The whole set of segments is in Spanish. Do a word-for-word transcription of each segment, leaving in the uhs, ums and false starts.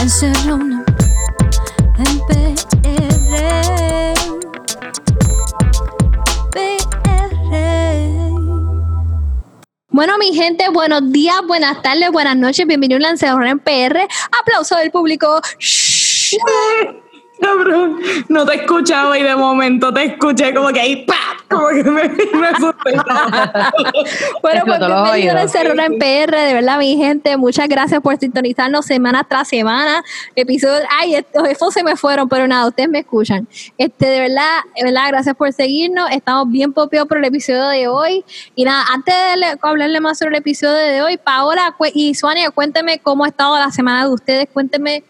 encerrona en P R. P R. Bueno, mi gente, buenos días, buenas tardes, buenas noches. Bienvenido a La Encerrona en P R. Aplauso del público. Shh. Cabrón, no te escuchaba y de momento te escuché como que ahí ¡pap! Como que me, me asusté. Bueno, pues bienvenido a La Encerrona en P R, de verdad, mi gente, muchas gracias por sintonizarnos semana tras semana, episodios, ay, estos, estos se me fueron, pero nada, ustedes me escuchan, este, de verdad, de verdad, gracias por seguirnos, estamos bien popeados por el episodio de hoy, y nada, antes de hablarle más sobre el episodio de hoy, Paola y Suania, cuénteme cómo ha estado la semana de ustedes, cuénteme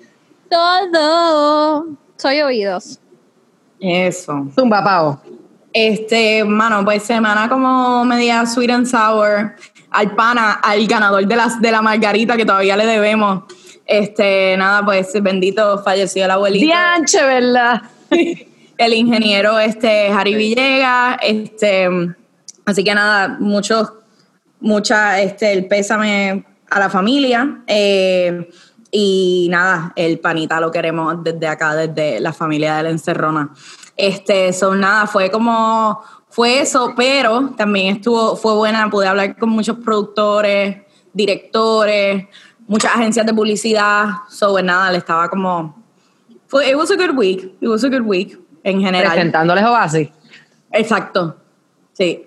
todo. Soy oídos. Eso. Zumba, Pao. Este, mano, pues semana como media sweet and sour. Al pana, al ganador de, las, de la margarita que todavía le debemos. Este, nada, pues bendito, falleció el abuelito. Dianche, ¿verdad? El ingeniero este, Harry Villegas. Este, así que nada, muchos, mucha, este, el pésame a la familia. Eh, Y nada, el panita lo queremos desde acá, desde la familia de La Encerrona. Este, son nada, fue como, fue eso, pero también estuvo, fue buena, pude hablar con muchos productores, directores, muchas agencias de publicidad. So, pues nada, le estaba como, fue, it was a good week, it was a good week, en general. Presentándoles Oasis. Exacto, sí.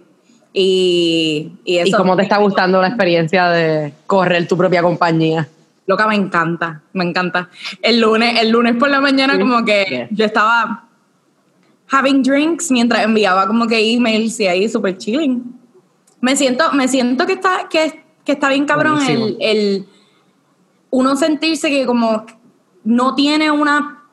Y, y eso. ¿Y cómo te está gustando la experiencia de correr tu propia compañía? Loca, me encanta, me encanta. El lunes, el lunes por la mañana, sí, como que yeah. yo estaba having drinks mientras enviaba como que emails y ahí súper chilling. Me siento, me siento que está, que, que está bien cabrón el, el uno sentirse que como no tiene una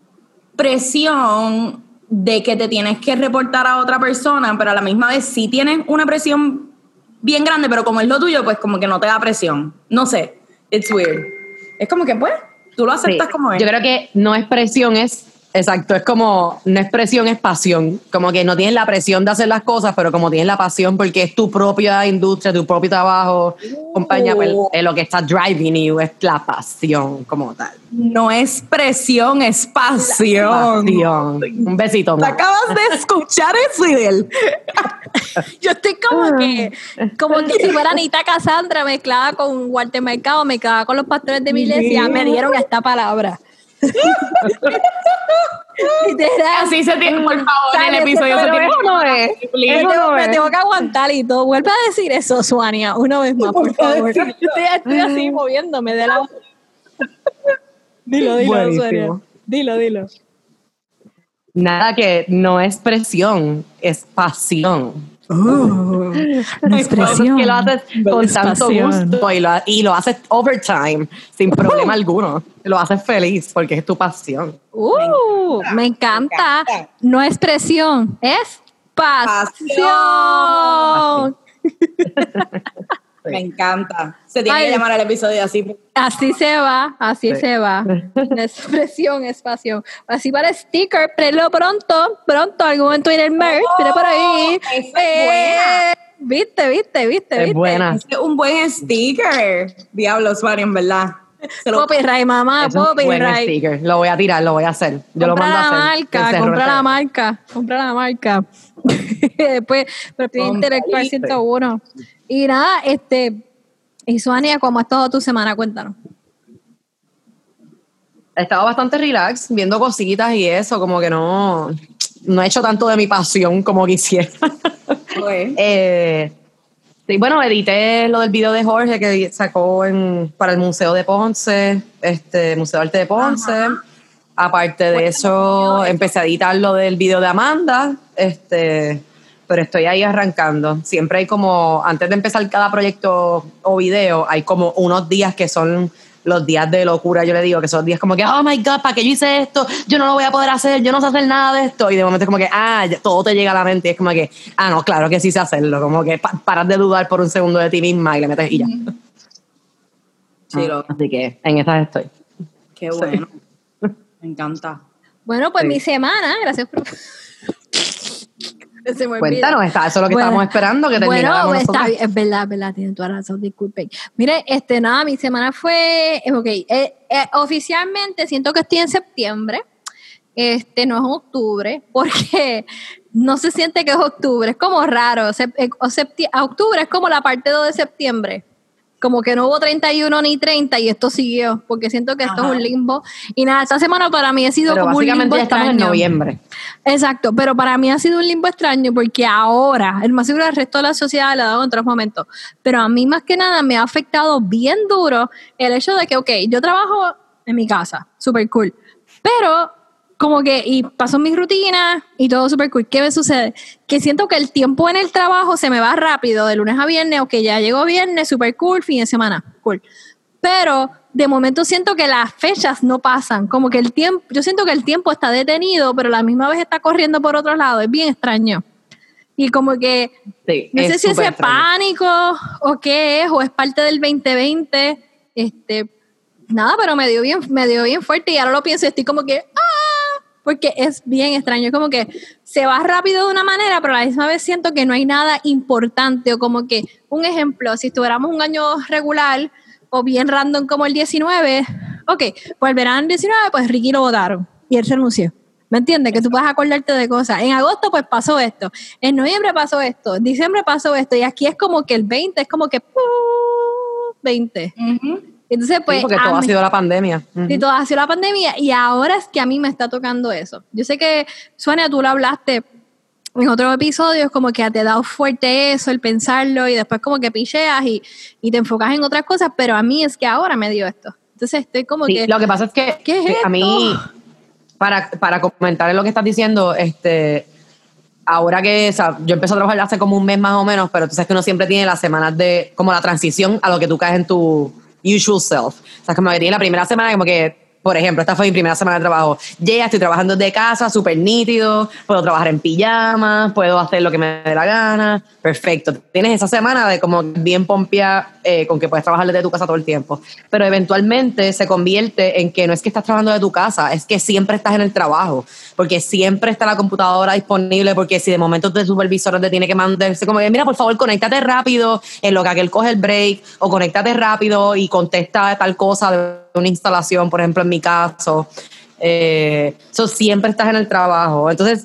presión de que te tienes que reportar a otra persona, pero a la misma vez sí tienes una presión bien grande, pero como es lo tuyo, pues como que no te da presión. No sé. It's weird. Es como que, pues, tú lo aceptas sí. como es. Yo creo que no es presión, es, exacto, es como, no es presión, es pasión. Como que no tienes la presión de hacer las cosas, pero como tienes la pasión porque es tu propia industria, tu propio trabajo, uh. compañía, pues es lo que está driving you, es la pasión como tal. No es presión, es pasión. Pasión. Un besito. ¿Te acabas de escuchar eso, Fidel? Yo estoy como que, como que si fuera Anita Cassandra mezclada con Walter Mercado, mezclada con los pastores de mi iglesia, me dieron esta palabra. Así se tiene, por favor, en el episodio se tiene. Eso no es. Eso me, no me es. tengo que aguantar y todo. Vuelve a decir eso, Suania, una vez más, por favor. Yo estoy, estoy así moviéndome de la. Dilo, dilo, buenísimo. Suania. Dilo, dilo. Nada, que no es presión, es pasión. Oh, no es presión. Que lo haces con es tanto pasión. gusto y lo, y lo haces overtime, sin uh-huh. problema alguno. Lo haces feliz porque es tu pasión. Uh, me encanta. Me encanta. No es presión, es pasión. pasión. Me encanta. Se tiene Ay, que llamar al episodio así. Así se va, así sí. se va. No es presión, es pasión. Así para el sticker, prelo pronto, pronto, algún momento en el merch, oh, mira por ahí. Esa eh, es viste, viste, viste, es viste. Buena. Es un buen sticker. Diablo, Suárez, en verdad. Copyright, mamá, copyright. Sticker. Lo voy a tirar, lo voy a hacer. Yo compra lo mando la a hacer. marca, compra la marca, compra la marca. Después, propiedad intelectual ciento uno. Y nada, este, y Suania, ¿cómo ha estado tu semana? Cuéntanos. He estado bastante relax, viendo cositas y eso, como que no, no he hecho tanto de mi pasión como quisiera. Okay. eh, sí, bueno, edité lo del video de Jorge que sacó en, para el Museo de Ponce, este Museo de Arte de Ponce. Ajá. Aparte de eso, empecé a editar lo del video de Amanda, este... pero estoy ahí arrancando. Siempre hay como, antes de empezar cada proyecto o video, hay como unos días que son los días de locura, yo le digo, que son días como que, oh my God, ¿para qué yo hice esto? Yo no lo voy a poder hacer, yo no sé hacer nada de esto. Y de momento es como que, ah, todo te llega a la mente y es como que, ah, no, claro que sí sé hacerlo. Como que pa- paras de dudar por un segundo de ti misma y le metes y ya. Sí, ah, así que en esas estoy. Qué bueno. Sí. Me encanta. Bueno, pues sí. Mi semana, gracias por... Se me Cuéntanos, está, eso es lo que bueno, estábamos esperando, que termináramos bueno, nosotros. Está, es verdad, es verdad, tienen toda razón, disculpen. Mire, este, nada, mi semana fue, ok, eh, eh, oficialmente siento que estoy en septiembre, este, no es octubre, porque no se siente que es octubre, es como raro, se, eh, septi- octubre es como la parte dos de septiembre. Como que no hubo treinta y uno ni treinta y esto siguió, porque siento que esto Ajá. es un limbo. Y nada, esta semana para mí ha sido pero como un limbo ya extraño. Estamos en noviembre. Exacto, pero para mí ha sido un limbo extraño porque ahora, el más seguro el resto de la sociedad le ha dado en otros momentos, pero a mí más que nada me ha afectado bien duro el hecho de que, ok, yo trabajo en mi casa, súper cool, pero como que, y paso mis rutinas y todo súper cool. ¿Qué me sucede? Que siento que el tiempo en el trabajo se me va rápido, de lunes a viernes, ok, ya llegó viernes, súper cool, fin de semana, cool. Pero de momento siento que las fechas no pasan, como que el tiempo, yo siento que el tiempo está detenido, pero a la misma vez está corriendo por otro lado, es bien extraño. Y como que, sí, no sé si ese extraño. Pánico o qué es, o es parte del veinte veinte, este, nada, pero me dio bien, me dio bien fuerte y ahora lo pienso y estoy como que, ¡ah! Porque es bien extraño, como que se va rápido de una manera, pero a la misma vez siento que no hay nada importante, o como que, un ejemplo, si estuviéramos un año regular o bien random como el diecinueve, ok, pues el verano diecinueve, pues Ricky lo votaron y él renunció. ¿Me entiendes? Que tú puedes acordarte de cosas. En agosto, pues pasó esto. En noviembre pasó esto. En diciembre pasó esto. Y aquí es como que el veinte es como que ¡pum! veinte. Uh-huh. Entonces, pues, sí, porque todo mí, ha sido la pandemia. Uh-huh. Sí, todo ha sido la pandemia y ahora es que a mí me está tocando eso. Yo sé que, Sonia, tú lo hablaste en otros episodios, como que te ha dado fuerte eso, el pensarlo y después como que picheas y, y te enfocas en otras cosas, pero a mí es que ahora me dio esto. Entonces estoy como sí, que... Lo que pasa es que, ¿qué es que esto? a mí, para, para comentar en lo que estás diciendo, este... ahora que, o sea, yo empecé a trabajar hace como un mes más o menos, pero tú sabes que uno siempre tiene las semanas de, como la transición a lo que tú caes en tu usual self. O sea, como que tiene la primera semana como que, por ejemplo, esta fue mi primera semana de trabajo. Llega, estoy trabajando desde casa, súper nítido, puedo trabajar en pijama, puedo hacer lo que me dé la gana, perfecto. Tienes esa semana de como bien pompia, eh, con que puedes trabajar desde tu casa todo el tiempo. Pero eventualmente se convierte en que no es que estás trabajando de tu casa, es que siempre estás en el trabajo, porque siempre está la computadora disponible, porque si de momento tu supervisor te tiene que mandarse como que, mira, por favor, conéctate rápido en lo que aquel coge el break, o conéctate rápido y contesta tal cosa de una instalación, por ejemplo, en mi caso. Eh, so siempre estás en el trabajo. Entonces,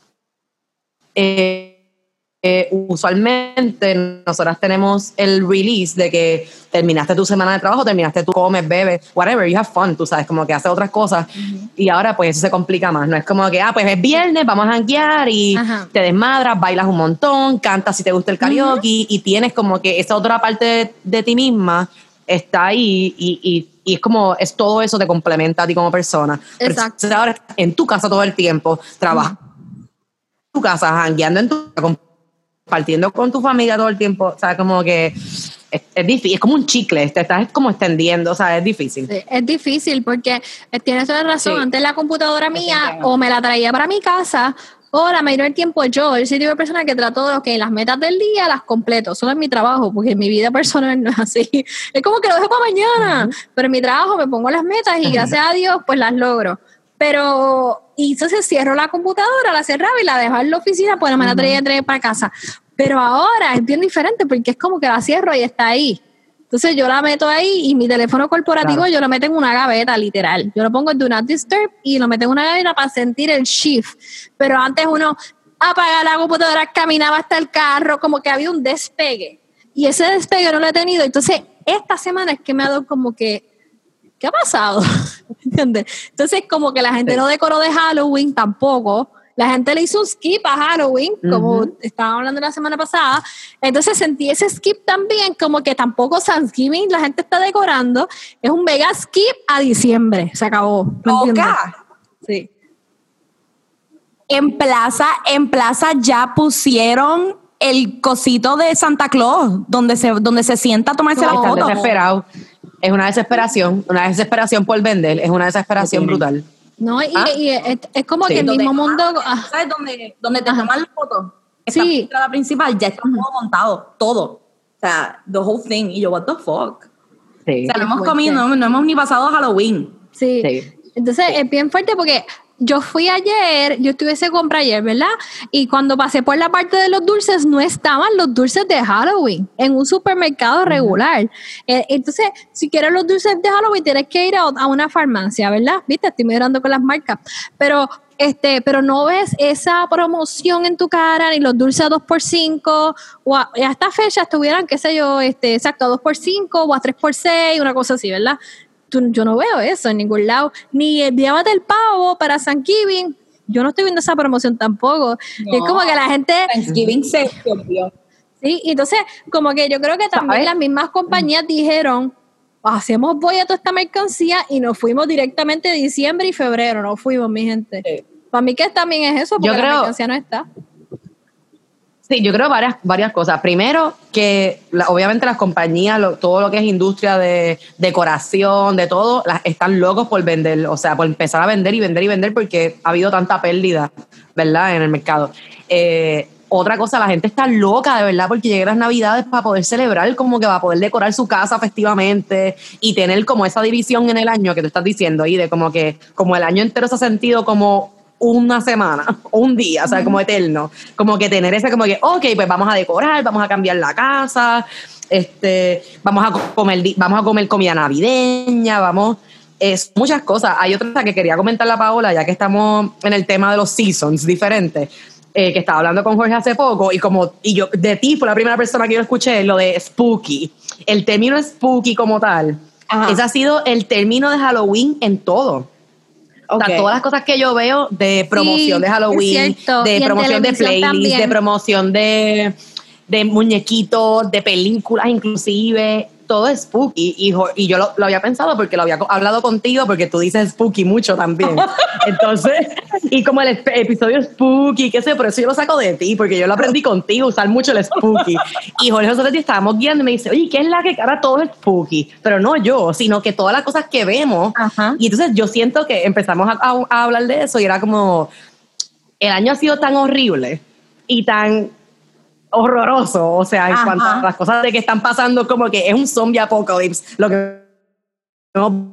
eh, eh, usualmente nosotras tenemos el release de que terminaste tu semana de trabajo, terminaste tu comes, bebes, whatever, you have fun, tú sabes, como que haces otras cosas. Uh-huh. Y ahora pues eso se complica más. No es como que, ah, pues es viernes, vamos a janguear y uh-huh. te desmadras, bailas un montón, cantas si te gusta el karaoke uh-huh. y tienes como que esa otra parte de, de ti misma está ahí y, y, y es como, es todo eso te complementa a ti como persona. Exacto. Pero ahora estás en tu casa todo el tiempo, trabajas en tu casa, jangueando en tu casa, compartiendo con tu familia todo el tiempo, o sea, como que es, es difícil, es como un chicle, te estás como extendiendo, o sea, es difícil. Sí, es difícil porque tienes toda la razón, sí. Antes la computadora mía o me la traía para mi casa o la mayoría del tiempo yo, yo soy tipo de persona que trato de que las metas del día las completo, solo en mi trabajo, porque en mi vida personal no es así. Es como que lo dejo para mañana, uh-huh. pero en mi trabajo me pongo las metas y uh-huh. gracias a Dios pues las logro. Pero, y entonces cierro la computadora, la cerraba y la dejaba en la oficina, pues no me la traía uh-huh. para casa. Pero ahora es bien diferente porque es como que la cierro y está ahí. Entonces yo la meto ahí y mi teléfono corporativo claro. yo lo meto en una gaveta, literal. Yo lo pongo en Do Not Disturb y lo meto en una gaveta para sentir el shift. Pero antes uno apagaba la computadora, caminaba hasta el carro, como que había un despegue. Y ese despegue no lo he tenido. Entonces esta semana es que me ha dado como que, ¿qué ha pasado? ¿Entiendes? Entonces como que la gente sí. no decoró de Halloween tampoco. La gente le hizo un skip a Halloween, como uh-huh. estábamos hablando la semana pasada. Entonces sentí ese skip también, como que tampoco Thanksgiving la gente está decorando. Es un mega skip a diciembre. Se acabó. ¿Oca? Sí. En Plaza, en Plaza ya pusieron el cosito de Santa Claus, donde se, donde se sienta a tomarse no, la foto. Desesperado. Es una desesperación, una desesperación por vender, es una desesperación brutal. No, y, ¿Ah? y es, es como sí, que el donde, mismo mundo... Ah, ¿sabes? Donde, donde te toman la foto. Esta sí. entrada principal ya está todo montado, todo. O sea, the whole thing. Y yo, what the fuck. Sí. O sea, no hemos comido, no, no hemos ni pasado Halloween. Sí. sí. Entonces, sí. es bien fuerte porque yo fui ayer, yo estuve ese compra ayer, ¿verdad? Y cuando pasé por la parte de los dulces, no estaban los dulces de Halloween en un supermercado regular. Eh, entonces, si quieres los dulces de Halloween, tienes que ir a, a una farmacia, ¿verdad? Viste, estoy mirando con las marcas. Pero este, pero no ves esa promoción en tu cara, ni los dulces a dos por cinco, o a, a esta fecha estuvieran, qué sé yo, este, exacto, a dos por cinco o a tres por seis, una cosa así, ¿verdad? Yo no veo eso en ningún lado. Ni el Día del Pavo para Thanksgiving. Yo no estoy viendo esa promoción tampoco. No, es como que la gente... Thanksgiving se cambió. Sí, entonces como que yo creo que también ¿sabes? Las mismas compañías dijeron, hacemos boya a toda esta mercancía y nos fuimos directamente diciembre y febrero. No fuimos, mi gente. Sí. Para mí que también es eso, porque yo creo, la mercancía no está. Sí, yo creo varias, varias cosas. Primero, que la, obviamente las compañías, lo, todo lo que es industria de decoración, de todo, las, están locos por vender, o sea, por empezar a vender y vender y vender porque ha habido tanta pérdida, ¿verdad?, en el mercado. Eh, otra cosa, la gente está loca, de verdad, porque llegan las Navidades para poder celebrar, como que va a poder decorar su casa festivamente y tener como esa división en el año que tú estás diciendo, y de como que como el año entero se ha sentido como una semana, un día, o sea, como eterno, como que tener ese como que, ok, pues vamos a decorar, vamos a cambiar la casa, este, vamos a comer, vamos a comer comida navideña, vamos, es muchas cosas. Hay otra que quería comentar la Paola, ya que estamos en el tema de los seasons diferentes, eh, que estaba hablando con Jorge hace poco, y como, y yo, de ti fue la primera persona que yo escuché, lo de spooky, el término spooky como tal, ajá, ese ha sido el término de Halloween en todo. Okay. O sea, todas las cosas que yo veo de promoción sí, de Halloween, de promoción de playlist, también. De promoción de, de muñequitos, de películas inclusive, todo es spooky. Y, y yo lo, lo había pensado porque lo había hablado contigo, porque tú dices spooky mucho también. Entonces, y como el episodio spooky, qué sé, por eso yo lo saco de ti, porque yo lo aprendí contigo, usar mucho el spooky. Y Jorge nosotros estábamos guiando y me dice, oye, ¿qué es la que cara todo es spooky? Pero no yo, sino que todas las cosas que vemos. Ajá. Y entonces yo siento que empezamos a, a, a hablar de eso y era como, el año ha sido tan horrible y tan horroroso, o sea, en ajá, cuanto a las cosas de que están pasando, como que es un zombie apocalypse, lo que hemos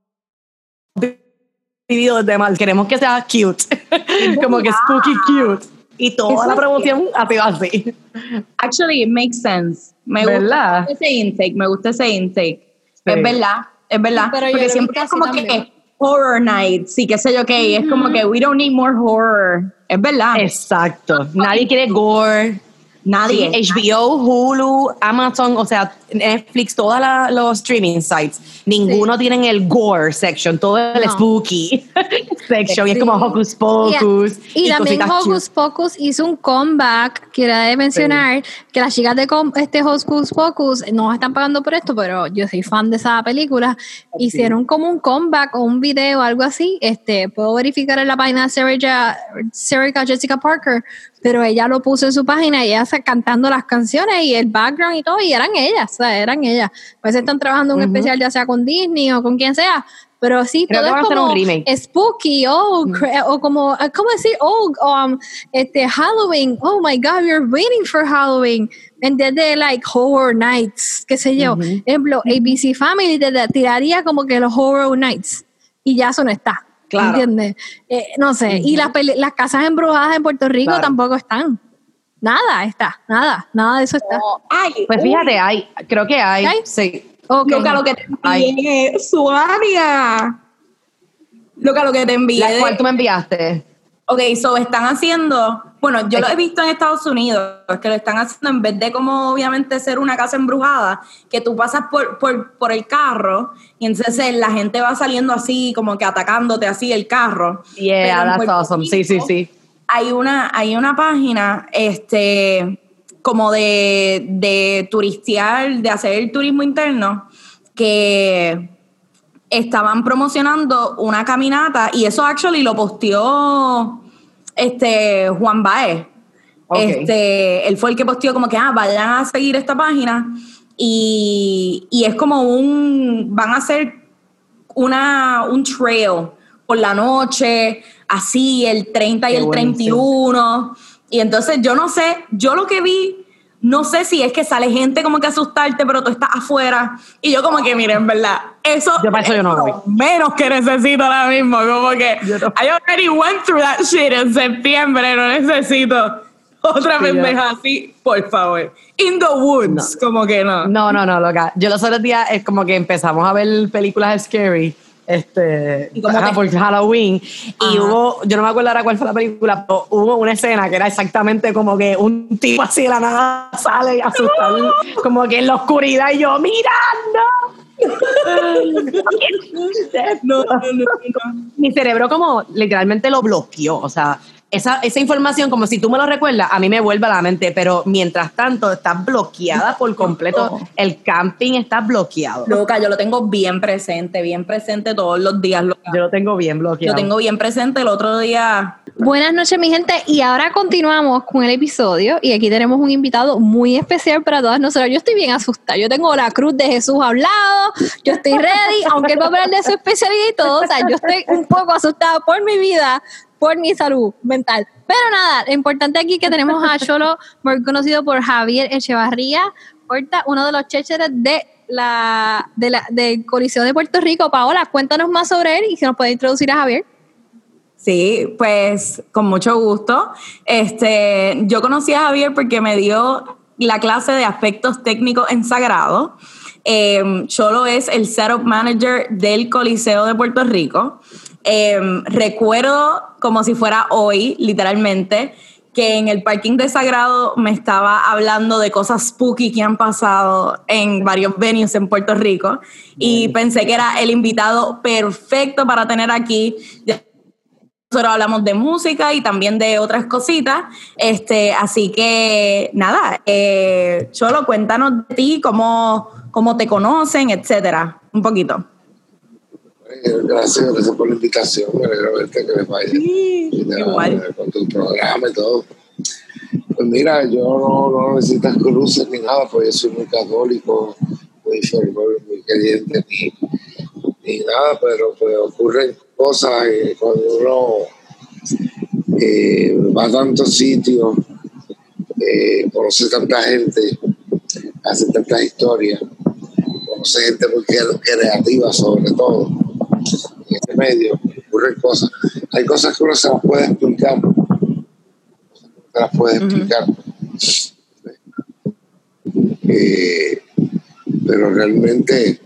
vivido desde mal. Queremos que sea cute, como que spooky cute, y toda la promoción ha sido así. Actually, it makes sense. Me ¿verdad? Gusta ese intake, me gusta ese intake. Sí. Es verdad, es verdad, sí, porque siempre es como también. Que horror nights, sí, qué sé yo, qué, mm-hmm. Es como que we don't need more horror, es verdad. Exacto, nadie quiere gore. Nadie. Sí, H B O, Hulu, Amazon, o sea, Netflix, todos los streaming sites, ninguno sí. Tienen el gore section, todo el no. spooky section, sí. Y es como Hocus Pocus. Y, y, y también Hocus Pocus hizo un comeback, quiero mencionar, sí. Que las chicas de com- este Hocus Pocus no están pagando por esto, pero yo soy fan de esa película, sí. Hicieron como un comeback o un video, algo así, este, puedo verificar en la página de Sarah, Sarah Jessica Parker, pero ella lo puso en su página y ella está cantando las canciones y el background y todo, y eran ellas, o sea, eran ellas. Pues están trabajando un uh-huh. especial ya sea con Disney o con quien sea, pero sí, creo todo es como spooky, oh, uh-huh. cre- o como, ¿cómo decir? Oh, um, este, Halloween, oh my God, we're waiting for Halloween. En vez de like horror nights, qué sé yo. Uh-huh. Ejemplo, A B C Family te, te tiraría como que los horror nights, y ya eso no está. Claro. ¿Entiendes? Eh, no sé, uh-huh. Y las, peli- las casas embrujadas en Puerto Rico claro. Tampoco están. Nada está, nada, nada de eso está. Oh, ay, pues fíjate, uy. hay, creo que hay, ¿hay? Sí. Okay. Loca, lo que te envié, Suaria. Loca, lo que te envié. ¿La cual tú me enviaste? Ok, so están haciendo, bueno, yo lo he visto en Estados Unidos, que lo están haciendo en vez de como obviamente ser una casa embrujada, que tú pasas por, por, por el carro y entonces la gente va saliendo así, como que atacándote así el carro. Yeah, that's Puerto awesome, Rico, sí, sí, sí. Hay una, hay una página, este, como de, de turistear, de hacer el turismo interno, que estaban promocionando una caminata y eso actually lo posteó este Juan Baez. Okay. Este, él fue el que posteó como que ah, vayan a seguir esta página y, y es como un van a hacer una un trail por la noche, así el treinta y Qué el treinta y uno. Y entonces yo no sé, yo lo que vi no sé si es que sale gente como que a asustarte, pero tú estás afuera. Y yo como que, miren, ¿verdad? Eso, yo eso es yo no lo voy. menos que necesito ahora mismo. Como que no. I already went through that shit en septiembre. No necesito otra sí, pendeja yo. Así, por favor. In the woods, no. Como que no. No, no, no, loca. Yo los otros días es como que empezamos a ver películas de scary. Este, ajá, por Halloween. Ajá. Y hubo, yo no me acuerdo ahora cuál fue la película, pero hubo una escena que era exactamente como que un tipo así de la nada sale y asustar, como que en la oscuridad, y yo, ¡mira, no! no, no, no, no. Mi cerebro como literalmente lo bloqueó, o sea, esa, esa información, como si tú me lo recuerdas, a mí me vuelve a la mente, pero mientras tanto está bloqueada por completo. El camping está bloqueado. Loca, yo lo tengo bien presente, bien presente todos los días. Loca. Yo lo tengo bien bloqueado. Lo tengo bien presente el otro día. Buenas noches, mi gente, y ahora continuamos con el episodio, y aquí tenemos un invitado muy especial para todas nosotras. Yo estoy bien asustada, yo tengo la cruz de Jesús a un lado, yo estoy ready, aunque él va a hablar de su especialidad y todo, o sea, yo estoy un poco asustada por mi vida, por mi salud mental. Pero nada, lo importante aquí que tenemos a Xolo, muy conocido por Javier Echevarría Horta, uno de los chécheres de la, de la del Coliseo de Puerto Rico. Paola, cuéntanos más sobre él y si nos puede introducir a Javier. Sí, pues con mucho gusto. Este, yo conocí a Javier porque me dio la clase de aspectos técnicos en Sagrado. Eh, Xolo es el setup manager del Coliseo de Puerto Rico. Eh, recuerdo como si fuera hoy, literalmente, que en el parking de Sagrado me estaba hablando de cosas spooky que han pasado en varios venues en Puerto Rico y pensé que era el invitado perfecto para tener aquí. Nosotros hablamos de música y también de otras cositas, este, así que nada, eh, Xolo, cuéntanos de ti, cómo, cómo te conocen, etcétera, un poquito. Gracias, gracias por la invitación, me alegra verte, que les vaya. Sí, igual. Con tu programa y todo. Pues mira, yo no, no necesito cruces ni nada, pues yo soy muy católico, muy fervoroso, muy creyente, ni, ni nada, pero pues ocurren cosas y cuando uno eh, va a tantos sitios, eh, conoce tanta gente, hace tantas historias, conoce gente muy creativa sobre todo. En este medio ocurren cosas. Hay cosas que uno se las puede explicar, no se las puede explicar. Uh-huh. Eh, pero realmente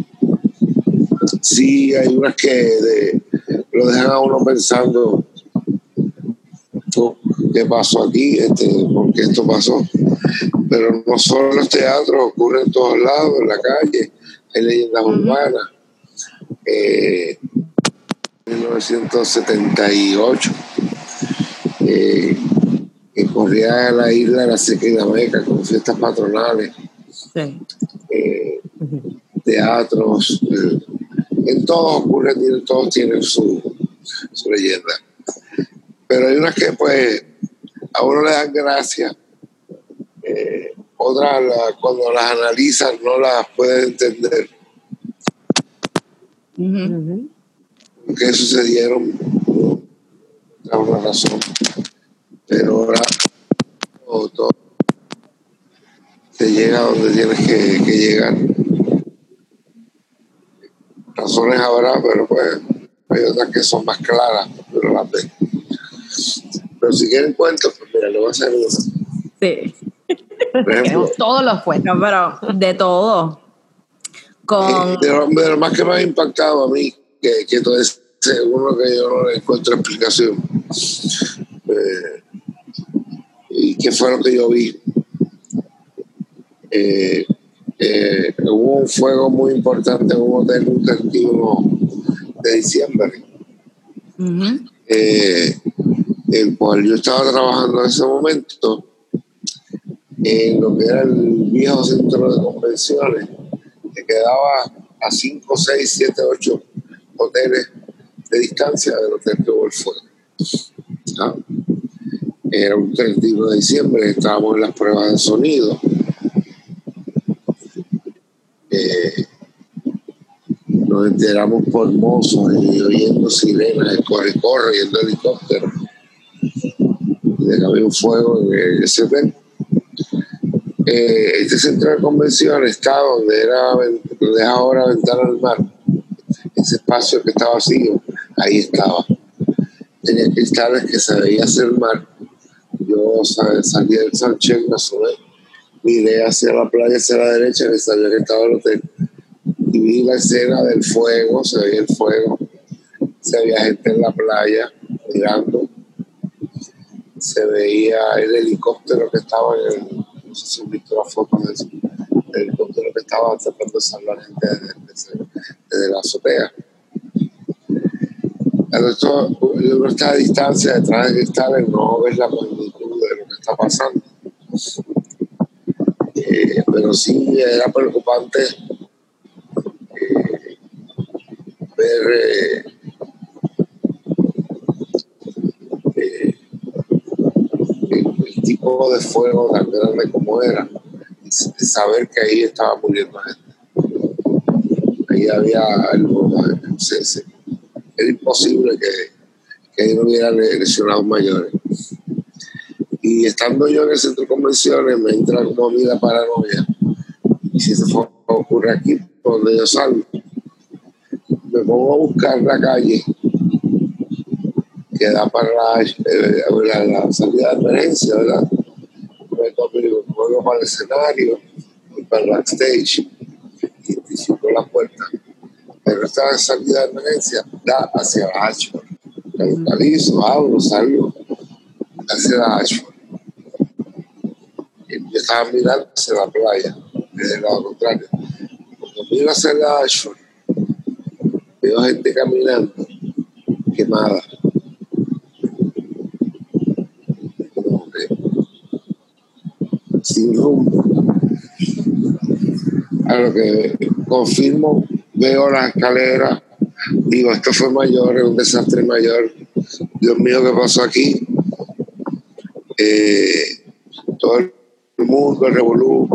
sí hay unas que de, lo dejan a uno pensando, oh, ¿qué pasó aquí? Este, ¿por qué esto pasó? Pero no solo en los teatros, ocurre en todos lados, en la calle, hay leyendas uh-huh. urbanas. Eh, en mil novecientos setenta y ocho eh, que corría a la isla de la Seca y la Meca con fiestas patronales, sí. eh, uh-huh. teatros, eh, en todos ocurren, todos tienen su, su leyenda, pero hay unas que pues a uno le dan gracia, eh, otras la, cuando las analizan no las pueden entender. Uh-huh. Que sucedieron por una razón, pero ahora todo, todo se llega a donde tienes que, que llegar. Razones habrá, pero pues hay otras que son más claras, pero las ven. Pero si quieren cuentos, pues mira, le voy a hacer una. Sí. Por ejemplo, todos los cuentos, pero de todo. Con... Eh, de, lo, de lo más que me ha impactado a mí, que, que todo es uno que yo no le encuentro explicación, eh, y qué fue lo que yo vi. Eh, eh, hubo un fuego muy importante en un hotel un treinta y uno de diciembre, uh-huh. eh, el cual yo estaba trabajando en ese momento en lo que era el viejo centro de convenciones, que quedaba a cinco, seis, siete, ocho hoteles de distancia del hotel que hubo el fuego. ¿Ah? Era un treinta y uno de diciembre, estábamos en las pruebas de sonido. Eh, nos enteramos por mozos y oyendo sirenas, el corre-corre y el helicóptero de que había un fuego en ese hotel. eh, este centro de convenciones está donde, era, donde es ahora Ventana al Mar. Ese espacio que estaba vacío, ahí estaba. Tenía cristales que se veía hacia el mar. Yo salí del Sánchez, me asomé, miré hacia la playa, hacia la derecha, que sabía que estaba el hotel, y vi la escena del fuego, se veía el fuego, se veía gente en la playa mirando, se veía el helicóptero que estaba en el, no sé si han visto las fotos de eso, el helicóptero que estaba tratando de salvar gente desde, desde, desde la azotea. Cuando esto, uno está a distancia detrás de cristales, no ves la magnitud de lo que está pasando. Eh, pero sí era preocupante eh, ver eh, eh, el, el tipo de fuego tan grande como era, y saber que ahí estaba muriendo gente. Ahí había algo, se, se, era imposible que, que ahí no hubiera lesionados mayores. Y estando yo en el centro de convenciones, me entra como a mí la paranoia. Y si eso ocurre aquí, donde yo salgo, me pongo a buscar la calle que da para la, eh, la, la salida de emergencia, ¿verdad? Me vuelvo para el escenario, voy para el backstage y, y cierro la puerta. Pero esta salida de emergencia da hacia la Ashford. Me localizo, abro, salgo hacia la Ashford. Y yo estaba mirando hacia la playa, desde el lado contrario. Cuando miro hacia la Ashford, veo gente caminando, quemada. Como que sin rumbo. A lo que confirmo, veo la escalera, digo, esto fue mayor, es un desastre mayor. Dios mío, ¿qué pasó aquí? Eh, todo el mundo, el revolú.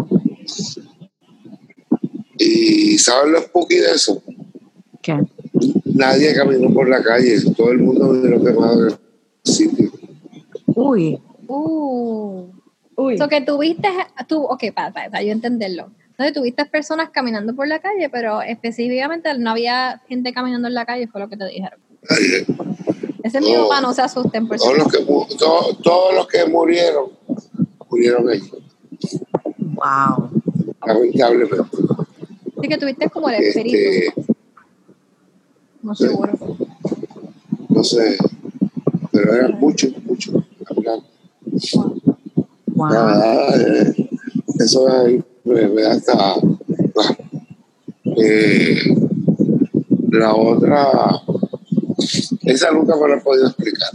¿Y saben lo spooky de eso? ¿Qué? Nadie caminó por la calle, todo el mundo vino quemado en el sitio. Uy. Uh. Uy. So que tuviste, tú, ok, para, para, para yo entenderlo. Entonces tuviste personas caminando por la calle, pero específicamente no había gente caminando en la calle, fue lo que te dijeron. Nadie. Ese es No, mi papá, no se asusten por todos los que todos, todos los que murieron, murieron allí. Wow. Lamentablemente. Así que tuviste como el espíritu. Este, no sí. seguro. No sé, pero eran muchos, muchos. Wow. Nada, eh, eso me, me da hasta. Eh, la otra, esa nunca me la he podido explicar.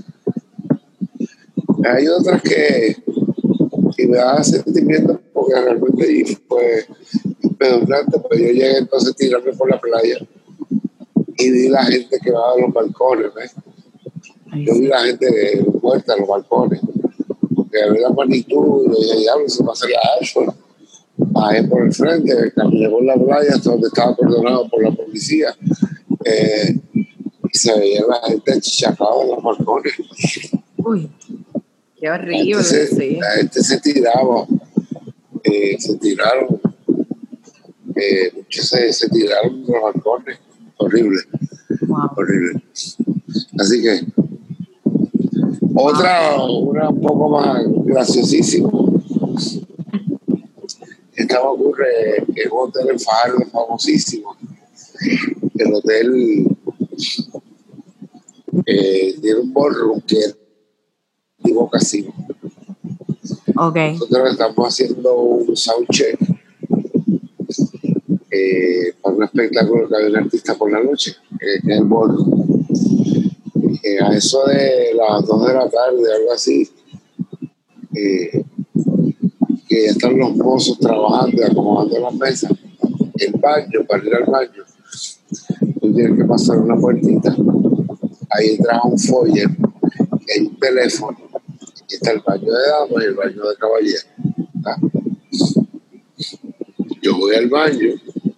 Hay otras que, que me da sentimiento porque realmente ahí fue espeluznante, pues yo llegué entonces a tirarme por la playa y vi la gente que va a los balcones, ¿ves? Yo vi la gente muerta en los balcones, porque había la magnitud y le dije, diablo, se va a hacer la Ashford. Bajé por el frente, caminé por la playa hasta donde estaba perdonado por la policía. Eh, y se veía la gente achicharrada en los balcones. Uy, qué horrible. La gente se, sí. la gente se tiraba, eh, se tiraron, eh, muchos se, se tiraron de los balcones. Horrible, Wow. horrible. Así que, otra, una un poco más graciosísima. Esta ocurre en un hotel en Fajardo famosísimo. El hotel eh, tiene un ballroom que es tipo casino. Ok. Nosotros estamos haciendo un soundcheck eh, para un espectáculo que hay un artista por la noche, eh, que es el ballroom. Eh, a eso de las dos de la tarde, algo así, eh, que ya están los mozos trabajando y acomodando las mesas, el baño, para ir al baño, tú tienes que pasar una puertita, ahí entras a un foyer, hay un teléfono, y está el baño de damas y el baño de caballeros. ¿Ah? Yo voy al baño,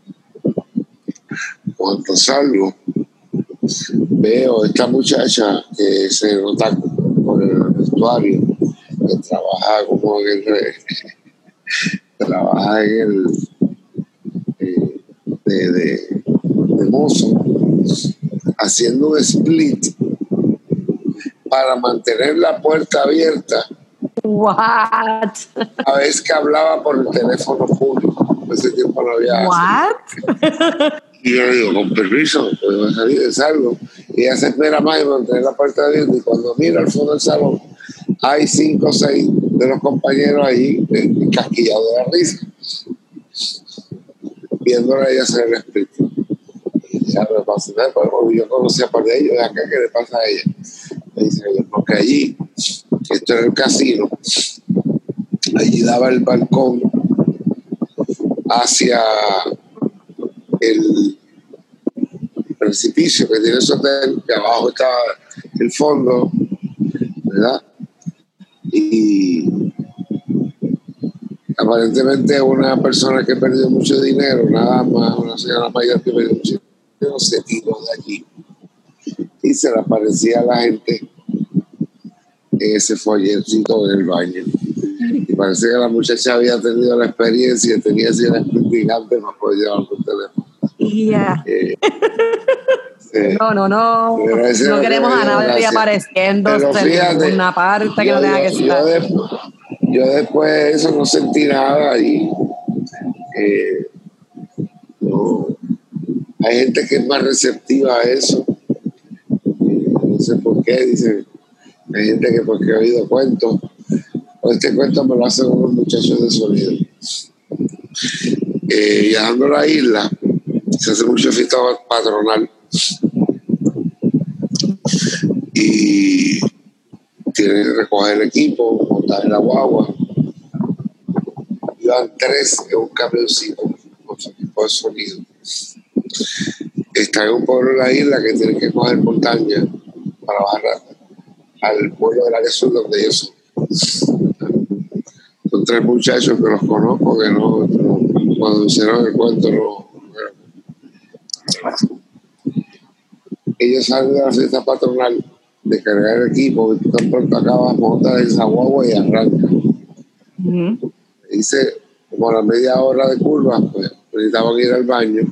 cuando salgo, veo esta muchacha que se nota por el vestuario, que trabaja como en el, trabaja en el eh, de, de, de mozo, haciendo un split para mantener la puerta abierta. What? A veces que hablaba por el teléfono público. Ese tiempo no había. What? Y yo digo, con permiso, puedo salir de salgo. Y ella se espera más y mantener la puerta abierta. Y cuando mira al fondo del salón, hay cinco o seis de los compañeros allí casquillados de la risa, viéndola a ella hacer el split. Y ya me pasa nada, porque yo conocía por de ellos, de acá, ¿qué le pasa a ella? Me dice, porque allí, esto era el casino, allí daba el balcón hacia el precipicio que tiene ese hotel, que abajo estaba el fondo, ¿verdad? Y aparentemente una persona que perdió mucho dinero, nada más, una señora mayor que perdió mucho dinero, se tiró de allí y se le aparecía a la gente en ese folletito en el baño. Y parece que la muchacha había tenido la experiencia y tenía así el gigante para poder llevar por teléfono. Yeah. Eh, eh, no, no, no. No queremos a nadie apareciéndose en una parte que yo, no tenga yo, que estar. Yo, de, yo después de eso no sentí nada y eh, no, hay gente que es más receptiva a eso. No sé por qué, dicen. Hay gente que porque ha oído cuentos. O este cuento me lo hacen unos muchachos de sonido. Eh, viajando a la isla, se hace mucho fiesta patronal. Y tienen que recoger el equipo, montar en la guagua. Iban tres en un camioncito con su equipo de sonido. Está en un pueblo de la isla que tienen que coger montaña para bajar al pueblo de la sur donde ellos son. Son tres muchachos que los conozco, que no, no cuando hicieron el cuento, no. Ellos salen de la fiesta patronal de cargar el equipo, y tan pronto acabas, montan esa guagua y arrancan. Uh-huh. Dice, como a la media hora de curva, pues necesitaban ir al baño.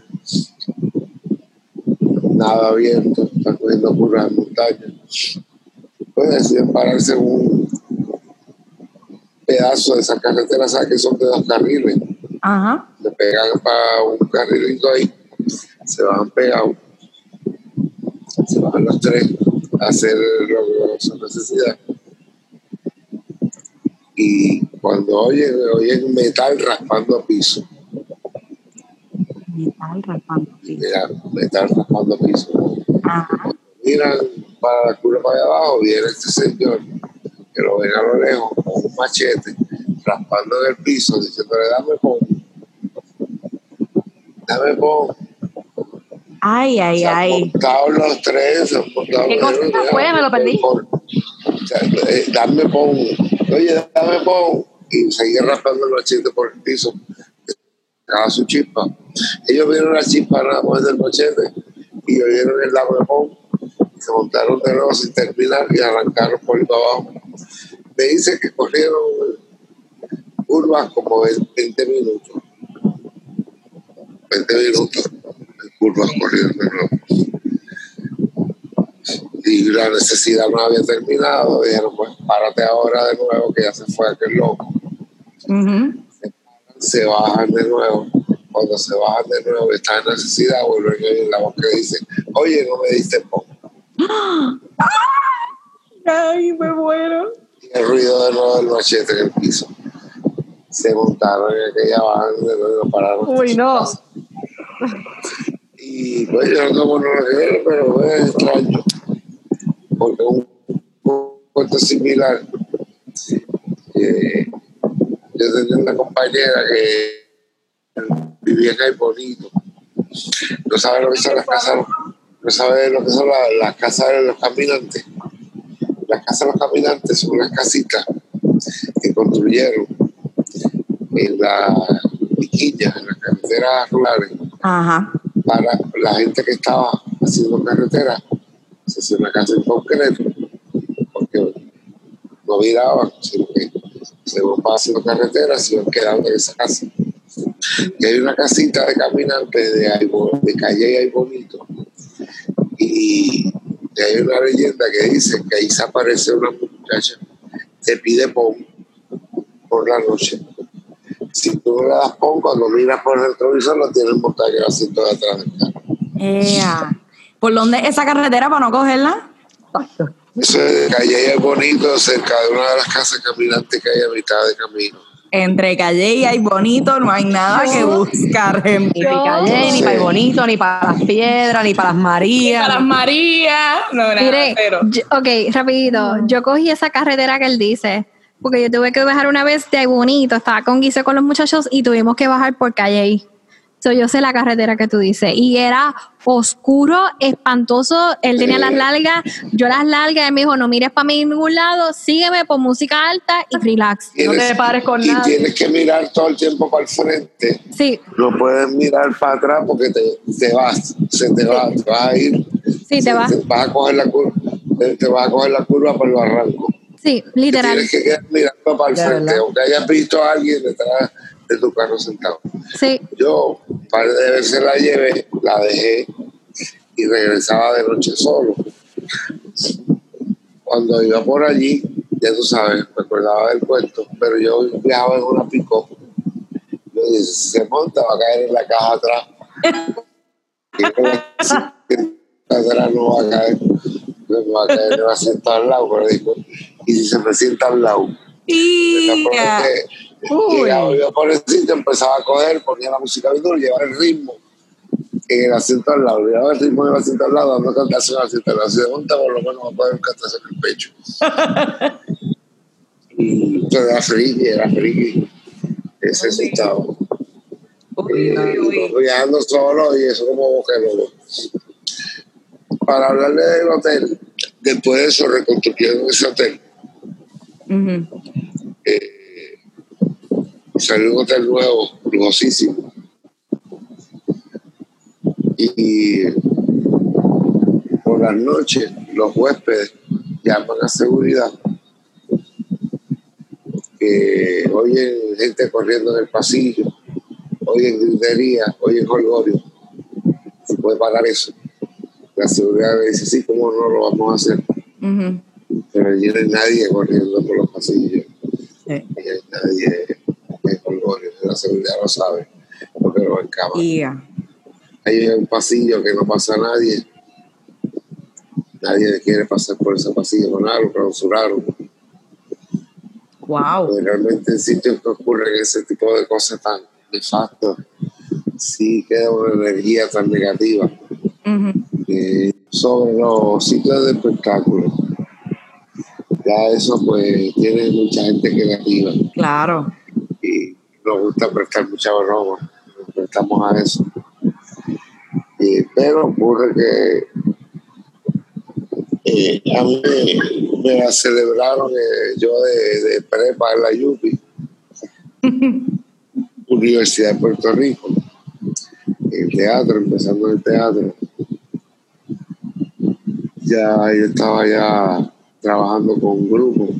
Nada abierto, están cogiendo curvas en montaña. Pues deciden pararse en un pedazo de esa carretera, ¿sabes? Que son de dos carriles. Uh-huh. Se pegan para un carrilito ahí, se van pegados, se bajan los tres a hacer lo que son necesidades. Y cuando oyen, oyen metal raspando piso. Metal raspando piso. Mira, metal raspando piso. Uh-huh. Miran para la curva para allá abajo, viene este señor que lo ven a lo lejos con un machete raspando en el piso, diciéndole dame pon, dame pon. Ay, ay, se han ay. montado los tres, se han montado. ¿Qué cosita fue? Me lo perdí. O sea, eh, dame pon, oye, dame pon. Y seguía raspando el machete por el piso, sacaba su chispa. Ellos vieron la chispa nada más del machete y oyeron el dame pon. Se montaron de nuevo sin terminar y arrancaron por ahí para abajo. Me dice que corrieron curvas como veinte minutos. veinte minutos en curvas corrieron de nuevo. Y la necesidad no había terminado. Dijeron, pues párate ahora de nuevo, que ya se fue aquel loco. Uh-huh. Se bajan de nuevo. Cuando se bajan de nuevo, están en necesidad, vuelven a oír la voz que dice, oye, no me diste poco. Ay, me muero. Y el ruido de nuevo del machete en el piso. Se montaron en aquella banda y no pararon. Uy, no. Y pues yo no tomo no lo que pero es extraño. Porque un cuento similar. Eh, yo tenía una compañera que vivía en Bonito. No sabe lo que son las casas. No sabe lo que son las, las casas de los caminantes. Las casas de los caminantes son unas casitas que construyeron en las piquiñas, en las carreteras rurales. Ajá. Para la gente que estaba haciendo carreteras, se hacía una casa en concreto, porque no viraban, sino que según va haciendo carretera, se van quedando en esa casa. Y hay una casita de caminantes de, Aibo, de Calle y Ay Bonito. Y, y hay una leyenda que dice que ahí se aparece una muchacha, te pide pon por la noche. Si tú no le das pon, cuando miras por el retrovisor, lo tienes montado en el asiento de atrás del carro. Ea. ¿Por dónde es esa carretera para no cogerla? Eso es de Calle y Ay Bonito, cerca de una de las casas caminantes que hay a mitad de camino. Entre Calle y Ay Bonito no hay nada que buscar, gente. Ni para Calle, ni para Ay Bonito, ni para las piedras, ni para las Marías. Ni para las Marías. No, nada, Mire, pero. yo, ok, rapidito. Yo cogí esa carretera que él dice, porque yo tuve que bajar una vez de Ay Bonito, estaba con Guise con los muchachos y tuvimos que bajar por Calle. So, yo sé la carretera que tú dices. Y era oscuro, espantoso. Él tenía las largas, yo las largas. Él me dijo, no mires para mí en ningún lado, sígueme por música alta y relax. No te pares con y nada. Y tienes que mirar todo el tiempo para el frente. Sí. No puedes mirar para atrás porque te, te vas, se te va, te vas a ir. Sí, te vas. Te vas a coger la curva, te, te vas a coger la curva por el barranco. Sí, literal. Tienes que quedar mirando para el ¿De frente, verdad? aunque hayas visto a alguien detrás de tu carro sentado. Sí. Yo, un par de veces la llevé, la dejé y regresaba de noche solo. Cuando iba por allí, ya tú sabes, me acordaba del cuento, pero yo viajaba en una pick-up. Yo dije, si se monta va a caer en la caja atrás. Y atrás no va a caer, no va a caer en el asiento al lado, pero dijo, y si se me sienta al lado. Y Llegaba yo por el sitio, empezaba a coger, ponía la música bien dura, llevaba el ritmo en el asiento al lado, llevaba el ritmo en el asiento al lado, dando cantazo en el asiento al lado. Si de monta, por lo menos va a poder un cantazo en el pecho. Y entonces era friki, era friki. Ese sí estaba. Eh, viajando solo y eso como boquero. Para hablarle del hotel, después de eso reconstruyeron ese hotel. Uh-huh. Eh, salió un hotel nuevo, lujosísimo. Y por las noches los huéspedes llaman a seguridad que oyen gente corriendo en el pasillo, oyen gritería, oyen jolgorio. ¿Se puede pagar eso? La seguridad le dice, sí, ¿cómo no lo vamos a hacer? Uh-huh. Pero allí no hay nadie corriendo por los pasillos. Sí. Y hay nadie en jolgorio. La seguridad lo sabe, porque lo ven cámara. Yeah. Hay un pasillo que no pasa a nadie. Nadie quiere pasar por ese pasillo con algo, clausuraron. Wow. Porque realmente en sitios que ocurren ese tipo de cosas tan nefastas, sí queda una energía tan negativa. Uh-huh. Eh, sobre los sitios de espectáculo, ya eso pues tiene mucha gente creativa. Claro. Y nos gusta prestar mucha broma, nos prestamos a eso. Y, pero ocurre que eh, a mí me, me la celebraron eh, yo de, de prepa en la U P I, Universidad de Puerto Rico, el teatro, empezando en el teatro. Ya yo estaba ya trabajando con un grupo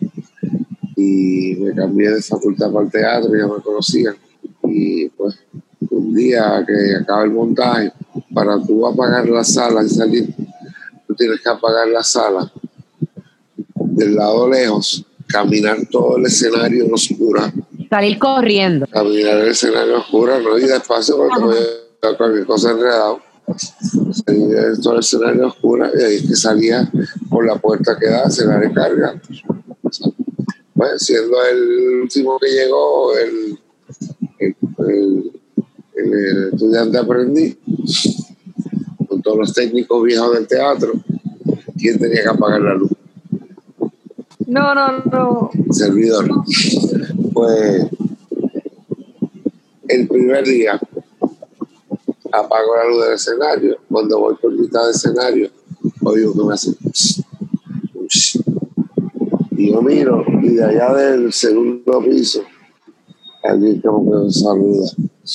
y me cambié de facultad para el teatro, ya me conocían. Y pues un día que acaba el montaje, para tú apagar la sala y salir, tú tienes que apagar la sala del lado lejos, caminar todo el escenario en oscura. Salir corriendo. Caminar el escenario en oscura, no ir despacio porque te voy a dar cualquier cosa enredado. Salir todo el escenario oscura y ahí es que salía por la puerta que da, se la recarga. Pues siendo el último que llegó, el, el, el, el, el estudiante aprendiz, con todos los técnicos viejos del teatro, ¿quién tenía que apagar la luz? No, no, no. Servidor. Pues el primer día apago la luz del escenario. Cuando voy por mitad del escenario, oigo que me hace psh, psh. Y yo miro, y de allá del segundo piso, alguien como que me saluda.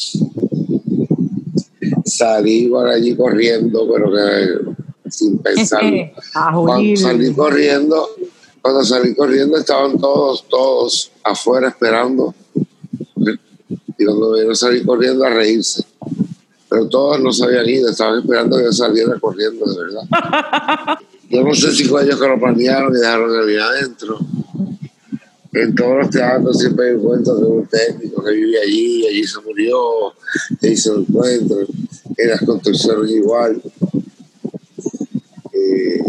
Salí por allí corriendo, pero que sin pensar. Cuando salí corriendo, Cuando salí corriendo estaban todos, todos afuera esperando. Y cuando vieron salir corriendo a reírse. Pero todos no se habían ido, estaban esperando que yo saliera corriendo, de verdad. Yo no sé si fue ellos que lo planearon y dejaron el bien adentro. En todos los teatros siempre hay encuentros de un técnico que vive allí, allí se murió, allí se lo encuentran. En las construcciones igual. Eh,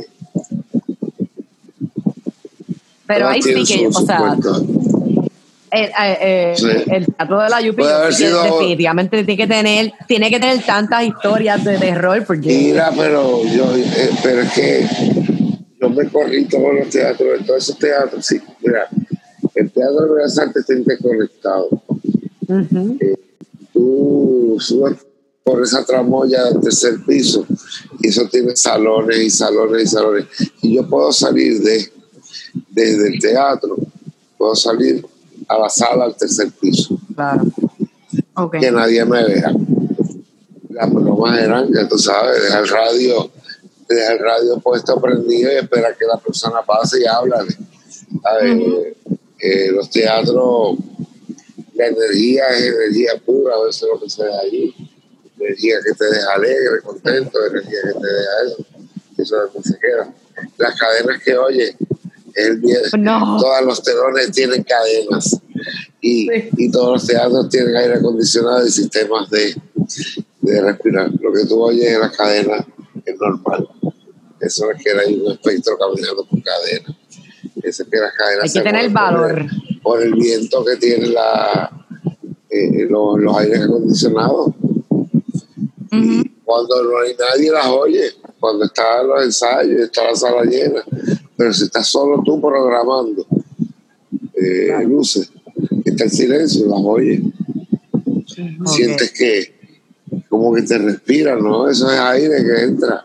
Pero ahí sí que, o sea, el, eh, sí. el teatro de la Yupi sí sido, definitivamente tiene que tener tiene que tener tantas historias de terror. Porque... Mira, pero yo, eh, pero es que yo me corrí todos los teatros, en todos esos teatros, sí, mira, el Teatro de Bellas Artes está interconectado. Uh-huh. Eh, tú subes por esa tramoya del tercer piso y eso tiene salones y salones y salones. Y yo puedo salir de desde el teatro, puedo salir a la sala al tercer piso. Claro. Okay. Que nadie me vea. Las bromas eran, ya tú sabes, deja el radio, deja el radio puesto prendido y espera que la persona pase y háblale. A ver, uh-huh. eh, los teatros, la energía es energía pura, a veces lo que se da allí. Energía que te deja alegre, contento, energía que te deja eso. Eso es lo que se queda. Las cadenas que oye, el miedo. No. Todos los telones tienen cadenas y, sí. y todos los teatros tienen aire acondicionado y sistemas de, de respirar. Lo que tú oyes en las cadenas es normal. Eso es que hay un espectro caminando por cadena. Eso es que las cadenas hay que tener valor por el, por el viento que tienen la, eh, los, los aires acondicionados. Uh-huh. Cuando no hay nadie las oye, cuando están los ensayos y está la sala llena. Pero si estás solo tú programando eh, claro. luces, está el silencio, las oyes. Okay. Sientes que como que te respira, ¿no? Eso es aire que entra.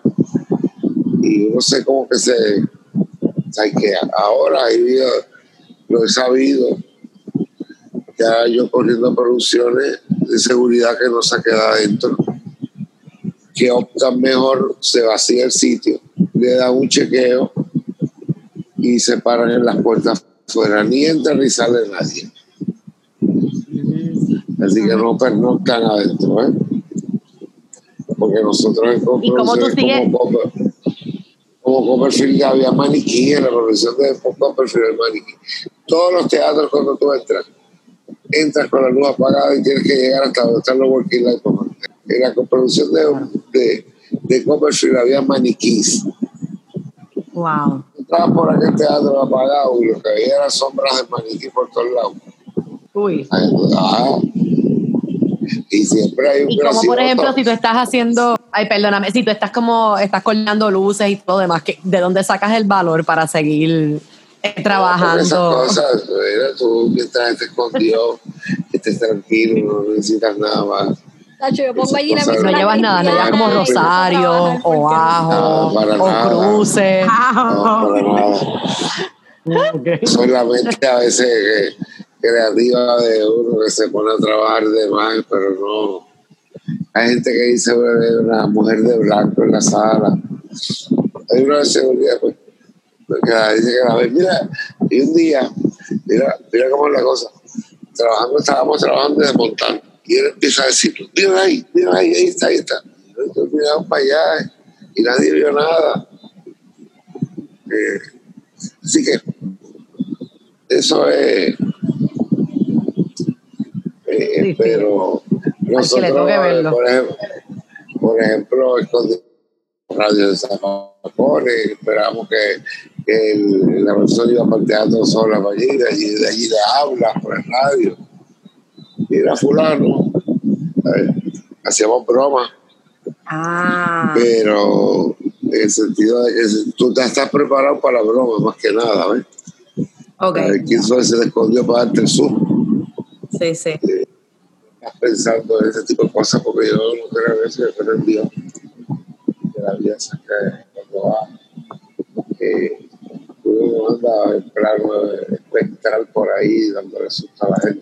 Y no sé cómo que se... O sea, que ahora hay, lo he sabido, ya yo corriendo producciones de seguridad que no se queda adentro, que optan mejor, se vacía el sitio, le dan un chequeo y se paran en las puertas fuera, ni entra ni sale nadie. Así que no pernoctan adentro, ¿eh? Porque nosotros en ¿Y cómo tú sigues? Como, como Copperfield había maniquí en la producción de Copperfield, el maniquí. Todos los teatros cuando tú entras, entras con la luz apagada y tienes que llegar hasta donde están los working lights. En la producción de, de, de Copperfield había maniquís. Wow. Estaba por aquel teatro apagado y lo que había eran sombras de maniquí por todos lados. Uy. Ah, y siempre hay un y como por ejemplo si tú estás haciendo, ay perdóname, si tú estás como, estás colgando luces y todo demás, ¿de dónde sacas el valor para seguir eh, trabajando? No, esas cosas, mira, tú mientras estés escondido, estés tranquilo, no necesitas nada más. Tacho, yo pongo allí la no llevas nada, no llevas como rosario o ajo no, o nada. cruces. No, para nada. Okay. Solamente a veces que, creativa de uno que se pone a trabajar de más, pero no. Hay gente que dice una mujer de blanco en la sala. Hay una de seguridad, pues, que la dice que la ve. Mira, y un día, mira, mira cómo es la cosa. Trabajando, estábamos trabajando y desmontando. Y él empieza a decir, mira ahí, mira ahí, ahí está, ahí está. Entonces miramos para allá y nadie vio nada. Eh, así que eso es... Eh, sí, sí. Pero nosotros, por ejemplo, por ejemplo, escondimos radio de zapacones, esperamos que, que el, la persona iba para el teatro sola para allí, de allí, de allí le habla por el radio. Mira fulano, ¿sabes? Hacíamos bromas, ah. pero en el sentido de que tú te estás preparado para la broma, más que nada, ¿ves? Okay. ¿Quién se le escondió para darte el zoom? Sí, sí. Eh, estás pensando en ese tipo de cosas porque yo no creo que se me envió que la vida saca cuando va. Eh, uno anda en plano espectral por ahí dándole susto a la gente.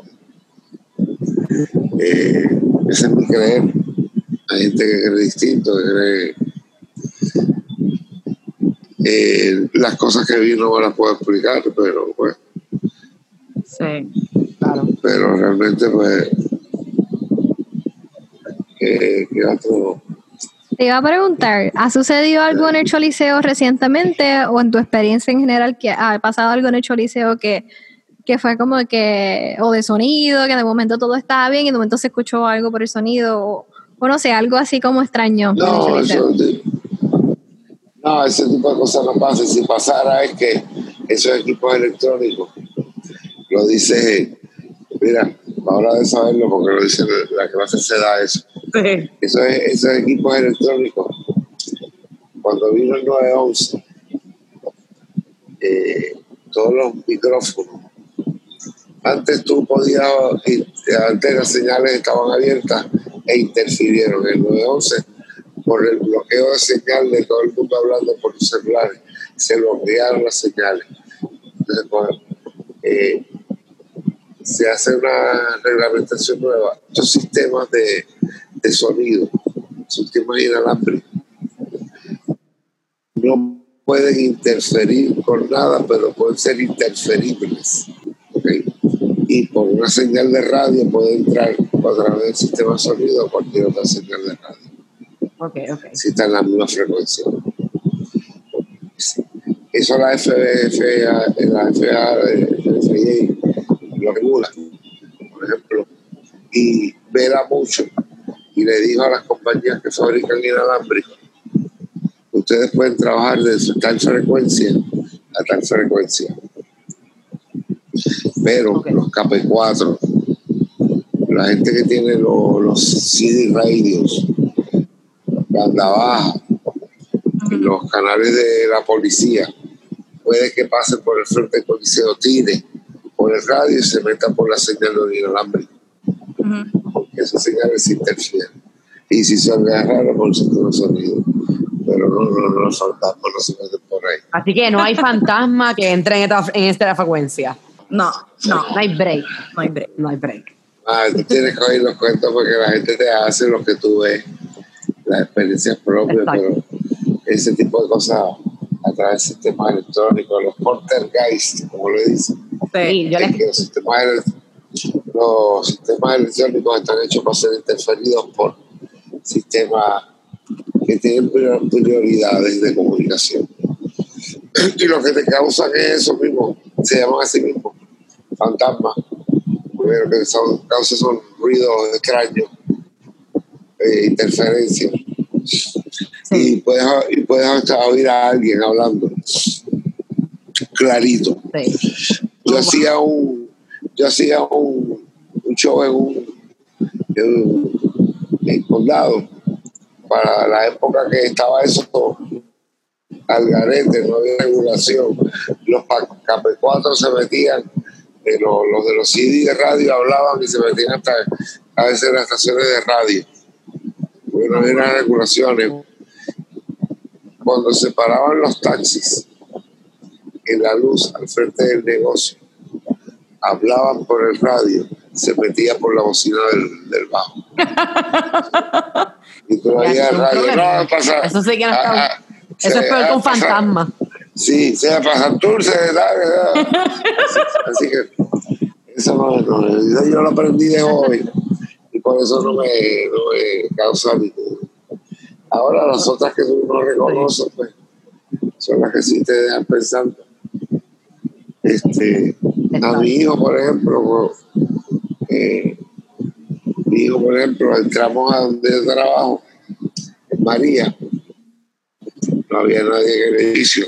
Eh, ese es mi creer. Hay gente que cree distinto, que cree Eh, las cosas que vi no me las puedo explicar, pero pues. Sí, claro. Pero realmente, pues. Que, que otro. Te iba a preguntar, ¿ha sucedido algo en el Choliseo recientemente o en tu experiencia en general que ha pasado algo en el Choliseo que, que fue como que, o de sonido, que de momento todo estaba bien y de momento se escuchó algo por el sonido, o, o no sé, algo así como extraño? No, eso, no, ese tipo de cosas no pasa. Si pasara es que esos equipos electrónicos, lo dice, mira, ahora de saberlo porque lo dice la clase se da eso. Sí. Esos, esos equipos electrónicos, cuando vino el nueve once, eh, todos los micrófonos, antes tú podías, antes las señales estaban abiertas e interfirieron. El nueve once, por el bloqueo de señal de todo el mundo hablando por los celulares, se bloquearon las señales. Entonces, pues, eh, se hace una reglamentación nueva. Estos sistemas de, de sonido, sistemas inalámbricos, no pueden interferir con nada, pero pueden ser interferibles. ¿Okay? Y por una señal de radio puede entrar a través del sistema de sonido o cualquier otra señal de radio. Okay, okay. Si está en la misma frecuencia. Eso la F B A, la F A A, el F A A lo regula, por ejemplo, y vela mucho y le dijo a las compañías que fabrican inalámbricos: ustedes pueden trabajar desde tal frecuencia a tal frecuencia, pero okay, los K P cuatro, la gente que tiene los, los C D radios, banda baja, los canales de la policía, puede que pasen por el frente del coliseo, tire por el radio y se meta por la señal de inalámbrico, uh-huh, porque esas señales interfieren. Y si se agarraron por el centro de sonido, pero no, no, no, los fantasmas no se meten por ahí. Así que no hay fantasma que entre en esta, en esta frecuencia. No, no. No hay break. No hay break. No hay break. Ah, tú tienes que oír los cuentos porque la gente te hace lo que tú ves, las experiencias propias, pero ese tipo de cosas a través del sistema electrónico, los poltergeist, como le dicen. Sí, yo les... los, sistemas, los sistemas electrónicos están hechos para ser interferidos por sistemas que tienen prioridades de comunicación. Y lo que te causan es eso mismo, se llaman así mismo fantasmas. Lo que son, causa son ruidos extraños, eh, interferencias. Sí. Y puedes, y puedes hasta oír a alguien hablando clarito. Sí. Yo, oh, hacía wow. un, yo hacía un, un show en un, en un en condado para la época que estaba eso al garete, no había regulación. Los K P cuatro se metían, eh, los, los de los C D de radio hablaban y se metían hasta a veces en las estaciones de radio, porque no había regulaciones. Cuando se paraban los taxis en la luz al frente del negocio, hablaban por el radio, se metía por la bocina del, del bajo. Y todavía el radio, no, pasa. Eso sí que no está. Ah, eso se, es peor que un fantasma. Sí, se pasa dulce, así, así que eso no, no, yo lo aprendí de joven y por eso no me, no me causa ningún. Ahora las otras que tú no reconoces, pues, son las que sí te dejan pensando. Este, a mi hijo, por ejemplo, eh, mi hijo, por ejemplo, entramos a donde yo trabajo, en María, no había nadie en el edificio.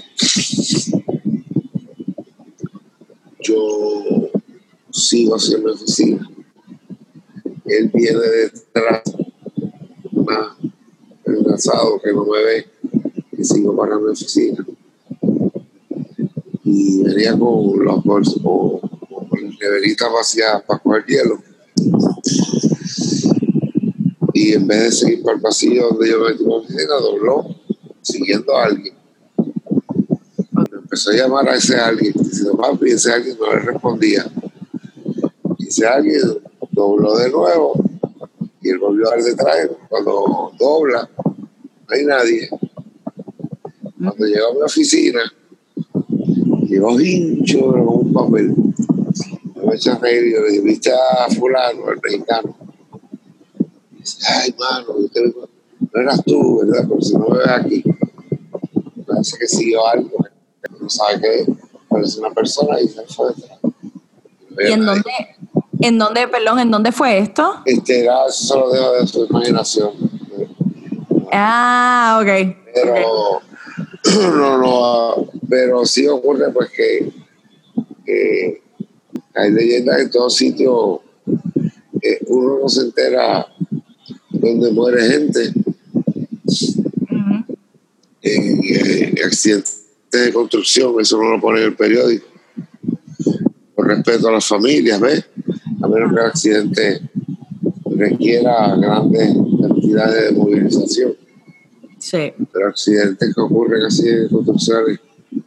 Yo sigo hacia mi oficina. Él viene detrás, más enlazado que no me ve, y sigo para mi oficina. Y venía con los bolsos, con, con las neveritas vacíadas para coger hielo. Y en vez de seguir para el pasillo donde yo me metí en la oficina, dobló, siguiendo a alguien. Cuando empezó a llamar a ese alguien, diciendo, papi, ese alguien no le respondía. Y ese alguien dobló de nuevo, y él volvió a ver detrás. Cuando dobla, no hay nadie. Cuando llegó a mi oficina, llegó hincho con un papel. Me echa a reír y yo le dije, ¿viste a fulano, el mexicano? Y dice, ay, mano, usted no eras tú, ¿verdad? Pero si no me ves aquí, parece que siguió algo. No sabe qué es. Parece una persona y se fue detrás. ¿Y en dónde, en dónde, perdón, en dónde fue esto? Este, era, eso se lo dejo de su imaginación. Ah, ok. Pero, okay. no, no, pero sí ocurre pues que, que hay leyendas en todos sitios. Eh, uno no se entera donde muere gente. Uh-huh. En, en accidentes de construcción, eso no lo pone en el periódico. Por respeto a las familias, ¿ves? A menos que el accidente requiera grandes cantidades de movilización. Sí. Pero accidentes que ocurren así en construcciones,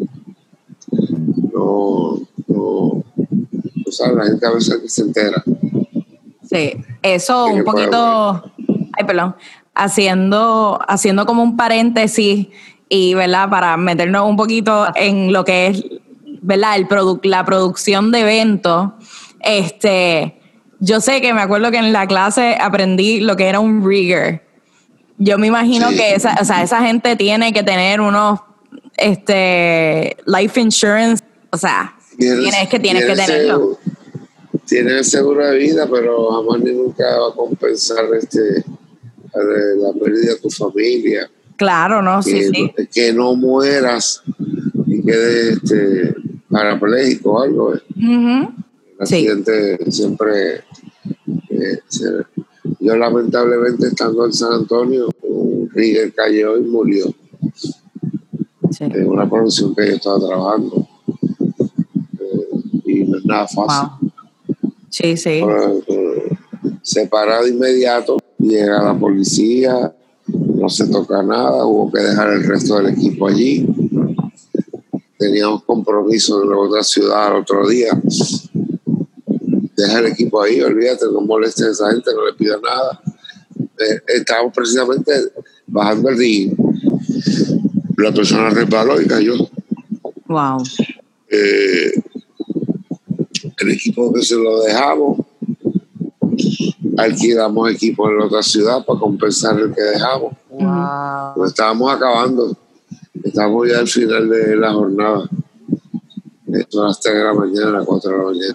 no, no, no sabes, la gente a veces se entera. Sí, eso un poquito, ay, perdón, haciendo, haciendo como un paréntesis y, ¿verdad? Para meternos un poquito en lo que es, ¿verdad? El produ- la producción de eventos. Este, yo sé que me acuerdo que en la clase aprendí lo que era un rigger. Yo me imagino sí. que esa, o sea, esa gente tiene que tener unos, este, life insurance, o sea, tienes, tienes que tienes que tenerlo. Tiene el seguro de vida, pero jamás ni nunca va a compensar este, la pérdida de tu familia. Claro, no, que, sí, sí. Que no mueras y quedes este, parapléjico o algo. ¿eh? Uh-huh. El accidente sí. siempre... Eh, se, yo lamentablemente estando en San Antonio, un rigger cayó y murió. Sí. En una producción que yo estaba trabajando. Eh, y no es nada fácil. Wow. Sí, sí. Pero, eh, se para de inmediato, llega la policía, no se toca nada, hubo que dejar el resto del equipo allí. Teníamos compromiso en la otra ciudad al otro día. Deja el equipo ahí, olvídate, no molestes a esa gente, no le pidas nada. Eh, estábamos precisamente bajando el ring. La persona resbaló y cayó. Wow. Eh, el equipo que se lo dejamos, alquilamos equipo en la otra ciudad para compensar el que dejamos. Wow. Pues estábamos acabando, estábamos ya al final de la jornada. Esto a las tres de la mañana, a las cuatro de la mañana.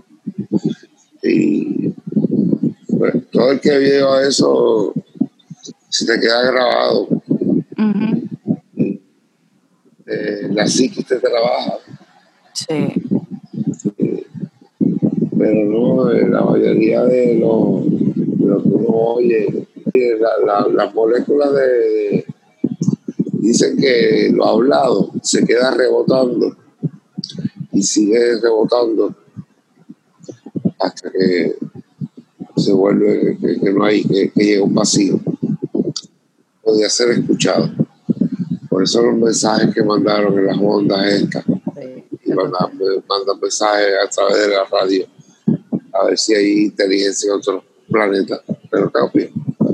Y pues, todo el que vio eso se te queda grabado. Uh-huh. Eh, la psiquis te trabaja. Sí. Eh, pero no, eh, la mayoría de lo, de lo que uno oye, la, la, las moléculas de, de dicen que lo hablado se queda rebotando y sigue rebotando hasta que se vuelve que, que no hay, que, que llega un vacío. Podía ser escuchado. Por eso los mensajes que mandaron en las ondas estas, sí, y mandan, mandan mensajes a través de la radio a ver si hay inteligencia en otros planetas, pero cambia.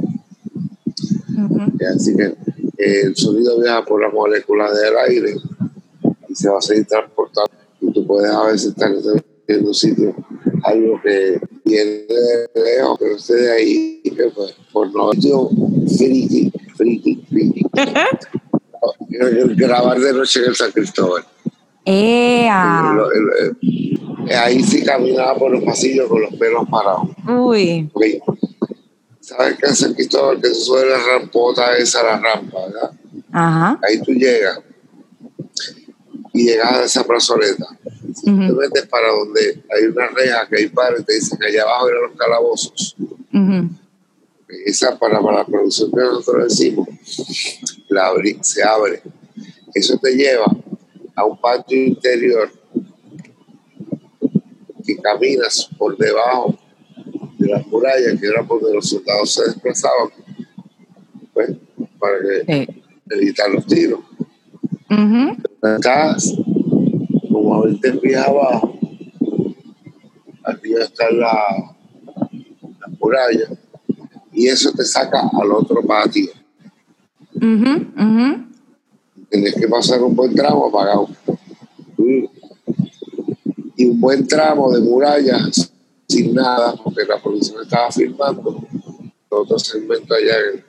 Uh-huh. Así que eh, el sonido viaja por las moléculas del aire y se va a seguir transportando. Y tú puedes a veces estar en un sitio, algo que viene de lejos, pero esté de ahí, que pues, por no yo friki, friki, friki. Grabar de noche en el San Cristóbal. ¡Ea! El, el, el, ahí sí caminaba por los pasillos con los pelos parados. Uy. Okay. ¿Sabes qué es San Cristóbal? Que se sube la rampota esa, la rampa, ¿verdad? Ajá. Ahí tú llegas y llegas a esa plazoleta. Uh-huh. Te metes para donde hay una reja que hay pares, te dicen allá abajo eran los calabozos. Uh-huh. Esa para, para la producción que nosotros decimos, la abri, se abre. Eso te lleva a un patio interior que caminas por debajo de las murallas, que era por donde los soldados se desplazaban, pues, para que, sí. evitar los tiros. Uh-huh. Estás como a veinte pies abajo, arriba está la, la muralla, y eso te saca al otro patio. Uh-huh. Uh-huh. tenías que pasar un buen tramo apagado. Y un buen tramo de muralla sin nada, porque la policía estaba filmando. Otro segmento allá. El,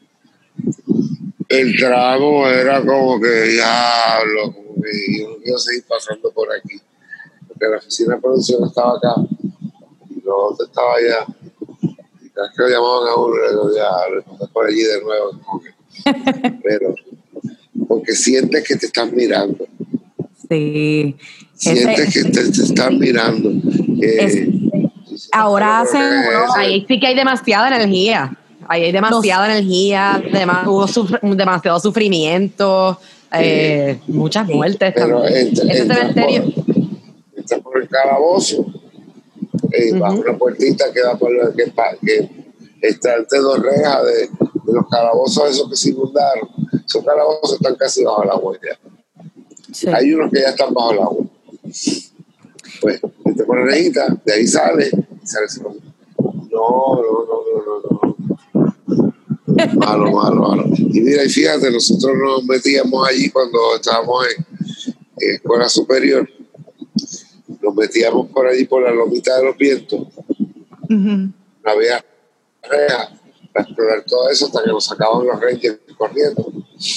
el tramo era como que diablo, como que yo no quiero seguir pasando por aquí. Porque la oficina de producción estaba acá y los otros estaba allá. Y cada vez que lo llamaban a uno, le digo, diablo, estás por allí de nuevo. Como que, pero, porque sientes que te están mirando. Sí. Sientes Ese, que te, te están mirando. Eh, es, ahora hacen... No, ahí sí que hay demasiada energía. Ahí hay demasiada los, energía, demasiado, hubo sufr, demasiado sufrimiento, eh, muchas muertes pero también. Entra, Ese entra cementerio... Por, entra por el calabozo, eh, uh-huh. bajo una puertita que va por la que, que está entre dos rejas de, de los calabozos esos que se inundaron. Esos calabozos están casi bajo el agua ya. Sí. Hay unos que ya están bajo el agua. Pues, te pones rejita, de ahí sale, y sale ese nombre. No, no, no, no, no, no. Malo, malo, malo. Y mira, y fíjate, nosotros nos metíamos allí cuando estábamos en, en escuela superior. Nos metíamos por allí por la lomita de los vientos. Uh-huh. No había reja para explorar todo eso hasta que nos sacaban los rangers corriendo.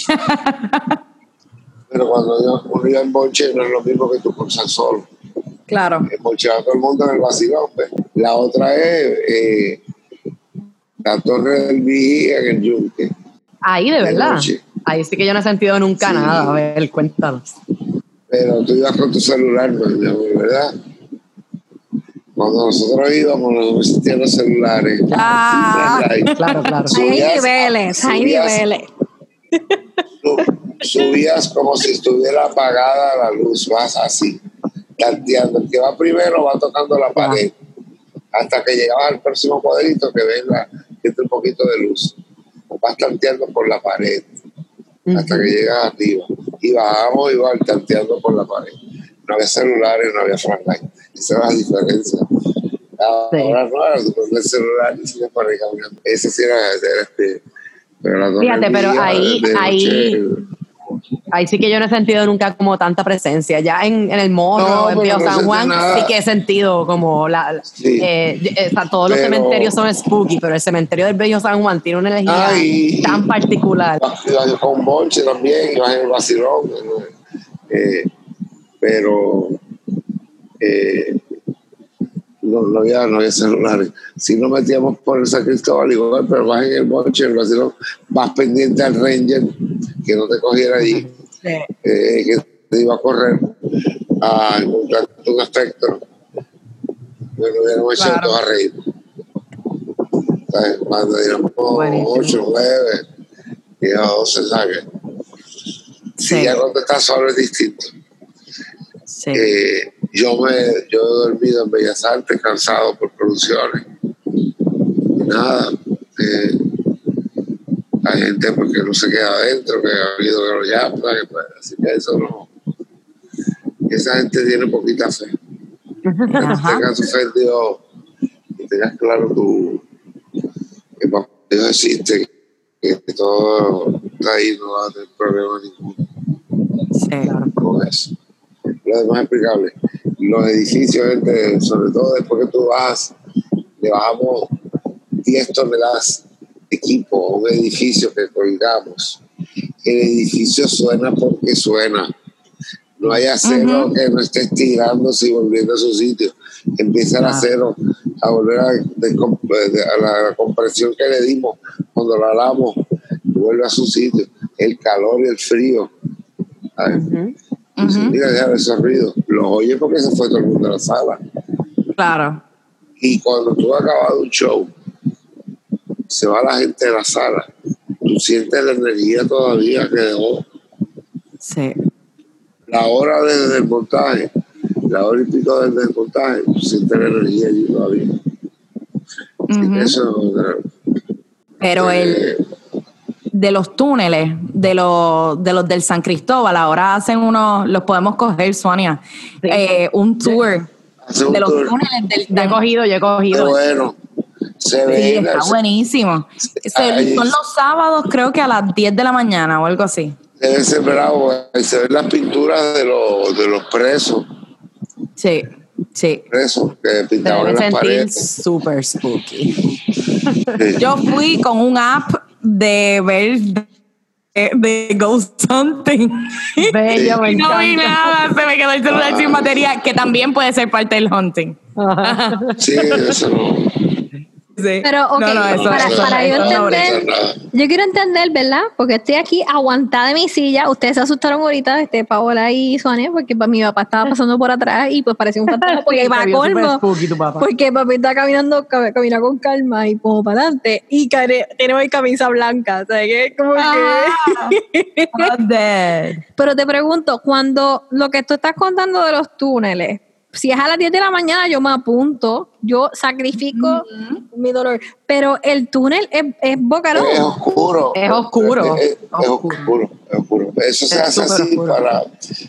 Pero cuando yo, uno iba en bonche no es lo mismo que tú cursar solo. Claro. Embolcheaba a todo el mundo en el vacilón. ¿Ves? La otra es eh, la Torre del Vigía en el Yunque. Ahí, de verdad. Noche. Ahí sí que yo no he sentido nunca sí. nada. A ver, cuéntanos. Pero tú ibas con tu celular, ¿verdad? Cuando nosotros íbamos, no existían los celulares. Ah, claro, claro. Subías, hay niveles, subías, hay niveles. Subías como si estuviera apagada la luz, vas así, tanteando. El que va primero va tocando la pared, ah. hasta que llegabas al próximo cuadrito que venga, que entre un poquito de luz. Vas tanteando por la pared, uh-huh. hasta que llegas arriba. Y bajamos igual, tanteando por la pared. No había celulares, no había flashlight. Esa era la diferencia. Ahora sí. no, ahora tú pones el celular y sigues por ahí caminando. Ese sí era, era este. Pero fíjate, pero ahí, ahí, ahí sí que yo no he sentido nunca como tanta presencia. Ya en, en el Morro, no, en Pío no San Juan, sí que he sentido como la, sí. eh, eh, todos pero, los cementerios son spooky, pero el cementerio del Bello San Juan tiene una energía ay, tan particular. Ibas con bonche también, ibas en el vacilón, eh, pero eh, no, no, había, no había celulares. Si nos metíamos por el San Cristóbal igual, pero vas en el bonche, el vacilón, vas pendiente al ranger que no te cogiera allí, sí. eh, que te iba a correr a encontrar un espectro. Bueno, hubiéramos hecho claro. todos a reír. ¿Sabes? Cuando digamos ocho, nueve, y a doce, ¿sabes? Sí. Si ya cuando estás solo es distinto. Sí. Eh, yo me yo he dormido en Bellas Artes cansado por producciones. Nada. Eh, hay gente porque no se queda adentro, que ha habido que lo llaman, que pues, así que eso no. Esa gente tiene poquita fe. Que tengas tu fe en Dios y tengas claro tu que para Dios existe, que todo está ahí, no va a tener problema ninguno. Sí, claro. Con eso. Lo demás es explicable. Los edificios, gente, sobre todo después que tú vas, le bajamos diez toneladas de equipo a un edificio que colgamos. El edificio suena porque suena. No hay acero uh-huh. que no esté estirándose y volviendo a su sitio. Empieza el ah. acero a volver a, de, de, a la, la compresión que le dimos cuando la alamos, vuelve a su sitio. El calor y el frío. Uh-huh. Uh-huh. Mira, deja esos ruidos. Los oyes porque se fue todo el mundo a la sala. Claro. Y cuando tú has acabado un show, se va la gente de la sala. Tú sientes la energía todavía que dejó. Sí. La hora desde el montaje, la hora y pico desde el montaje, tú sientes la energía allí todavía. Uh-huh. Eso, pero eh, el de los túneles, de los, de los del San Cristóbal, ahora hacen unos, los podemos coger, Sonia, sí. eh, un tour sí. de un los tour. túneles del, del... Yo he cogido, yo he cogido. Qué bueno. Se sí, ve, está se, buenísimo. Se, son los sábados, creo que a las diez de la mañana o algo así. Debe ser bravo, se ven las pinturas de los, de los presos. Sí, sí. Presos que pintaban en las paredes. Súper spooky. Sí. Yo fui con un app de ver de, de Ghost Hunting. Bello, me Y no vi encanta. nada, se me quedó el celular Ah. sin batería, que también puede ser parte del hunting. Sí, eso no. Sí. Pero, ok, no, no, eso, para, eso, para yo eso no entender, nada. yo quiero entender, ¿verdad? Porque estoy aquí aguantada de mi silla. Ustedes se asustaron ahorita, este, Paola y Sonia, porque pa- mi papá estaba pasando por atrás y pues parecía un fantasma, porque Sí, iba se a vio súper colmo, spooky tu papá. porque papi está caminando, cam- camina con calma y como para adelante, y care- tiene hoy camisa blanca, ¿sabes qué? Como Ah. que... I'm dead. Pero te pregunto, cuando lo que tú estás contando de los túneles, si es a las diez de la mañana, yo me apunto, yo sacrifico Mm-hmm. mi dolor, pero el túnel es, es boca Es abajo. oscuro. Es oscuro. Es, es- es Oscuro. oscuro. Es oscuro. Eso se Es hace súper así oscuro. para.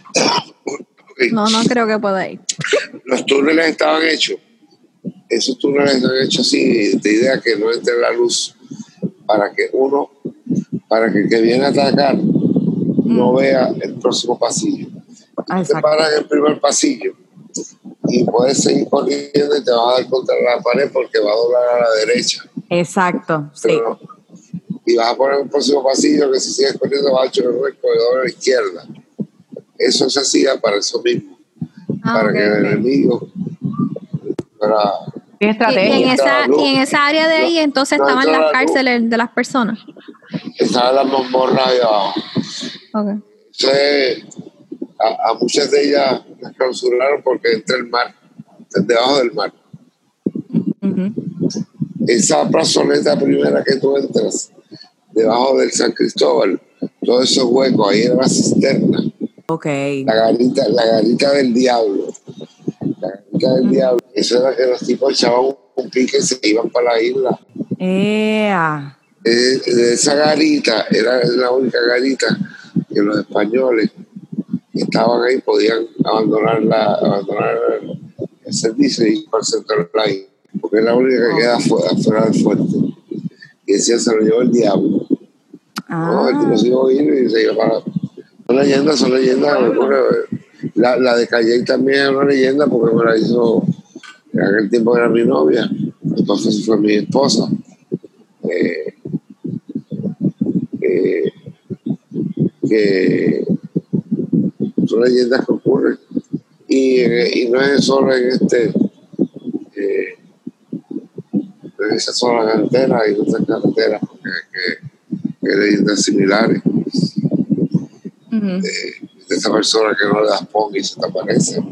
No, no creo que pueda ir. Los túneles estaban hechos. Esos túneles están hechos así, de idea que no entre la luz, para que uno, para que el que viene a atacar no vea el próximo pasillo. Ah, Te exacto. paras en el primer pasillo y puedes seguir corriendo y te vas a dar contra la pared porque va a doblar a la derecha. Exacto, sí. Pero no. Y vas a poner un próximo pasillo que si sigues corriendo vas a chocar el corredor a la izquierda. Eso se hacía para eso mismo, Ah, para ok, que el ok. enemigo para Qué Y, y estrategia. en esa, Luz. y en esa área de ahí No, entonces no estaban entra las la luz. cárceles de las personas. estaba la mazmorra ahí abajo. Okay. Entonces, a, a muchas de ellas las clausuraron porque entra el mar, debajo del mar. Ujú. Esa plazoleta primera que tú entras, debajo del San Cristóbal, todos esos huecos, ahí era la cisterna, Ok. la garita, la garita del diablo. La garita del diablo. Eso era que los tipos echaban un, un pique y se iban para la isla. Ea. Eh, de esa garita, era la única garita que los españoles que estaban ahí podían abandonar, la, abandonar el, el servicio y ir para el centro del país, porque es la única que queda fuera, fuera del fuerte. Y decía, se lo llevó el diablo. No, el tipo Ah. se iba a ir y se iba para... Son leyendas, son leyendas. La, la de Calle también es una leyenda porque me la hizo en aquel tiempo era mi novia, entonces fue mi esposa. Eh, eh, que son leyendas que ocurren y, y no es solo en este eh, en esa sola carretera, hay otras carreteras que, que, que hay leyendas similares Ujú. de, de esa persona que no le das pon y se te aparece.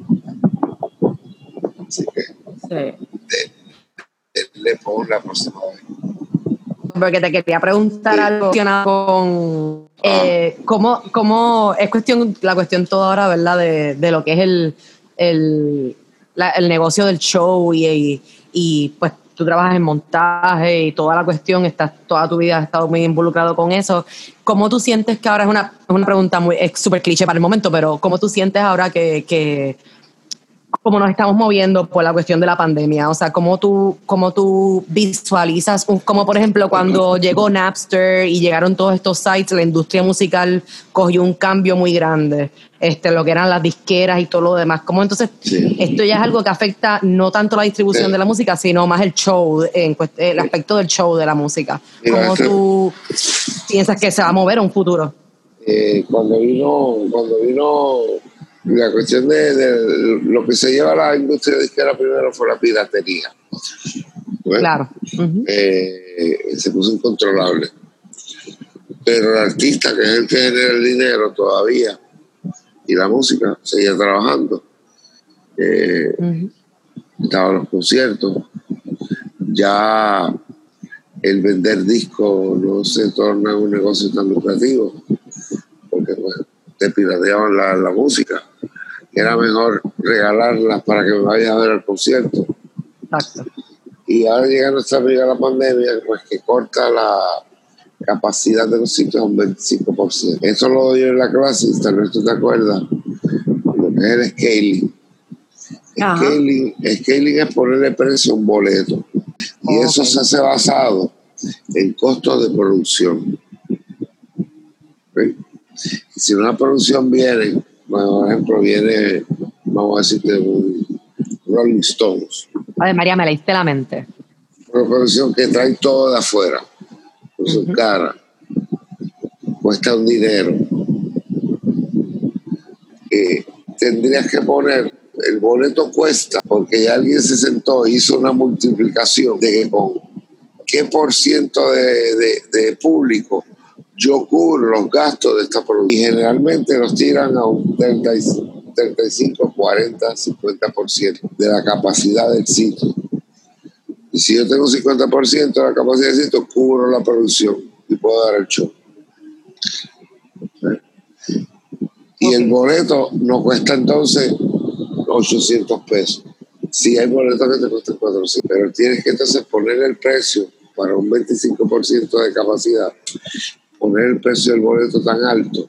Así que Sí. le pongo la próxima vez. Porque te quería preguntar Sí. algo relacionado con eh, cómo, cómo es cuestión, la cuestión toda ahora, ¿verdad? De, de lo que es el, el, la- el negocio del show y, y, y, pues tú trabajas en montaje y toda la cuestión, estás, toda tu vida has estado muy involucrado con eso. ¿Cómo tú sientes que ahora es una, es una pregunta muy, es súper cliché para el momento, pero cómo tú sientes ahora que, que como nos estamos moviendo por la cuestión de la pandemia? O sea, ¿cómo tú, cómo tú visualizas, un, como por ejemplo cuando llegó Napster y llegaron todos estos sites, la industria musical cogió un cambio muy grande, este, lo que eran las disqueras y todo lo demás? ¿Cómo entonces Sí. esto ya es algo que afecta no tanto la distribución Sí. de la música, sino más el show, en cuest- el aspecto del show de la música? Mira, ¿Cómo esto- tú piensas que se va a mover a un futuro? Eh, cuando vino cuando vino la cuestión de, de lo que se lleva a la industria disquera primero fue la piratería. Bueno, Claro. Ujú. eh, se puso incontrolable. Pero el artista, que es el que genera el dinero todavía, y la música, seguía trabajando. Eh, Ujú. estaban los conciertos. Ya el vender discos no se torna un negocio tan lucrativo, porque pues, te pirateaban la, la música. Era mejor regalarlas para que me vayas a ver al concierto. Exacto. Y ahora llega nuestra amiga la pandemia, pues que corta la capacidad de los sitios a un veinticinco por ciento. Eso lo doy yo en la clase, tal vez tú te acuerdas, lo que es el scaling. Ajá. Scaling, scaling es ponerle precio a un boleto. Y Ok. eso se hace basado en costos de producción. ¿Ok? Si una producción viene, bueno, por ejemplo, viene, vamos a decirte, un Rolling Stones. A ver, María, me leíste la mente. Una producción que trae todo de afuera, con su uh-huh. cara, cuesta un dinero. Eh, tendrías que poner, el boleto cuesta, porque ya alguien se sentó e hizo una multiplicación de que con qué por ciento de, de, de público yo cubro los gastos de esta producción. Y generalmente los tiran a un treinta y cinco, cuarenta, cincuenta por ciento de la capacidad del sitio. Y si yo tengo cincuenta por ciento de la capacidad del sitio, cubro la producción y puedo dar el show. ¿Sí? Y okay. El boleto no cuesta entonces ochocientos pesos. Sí hay boletos que te cuestan cuatrocientos, pero tienes que entonces poner el precio para un veinticinco por ciento de capacidad, poner el precio del boleto tan alto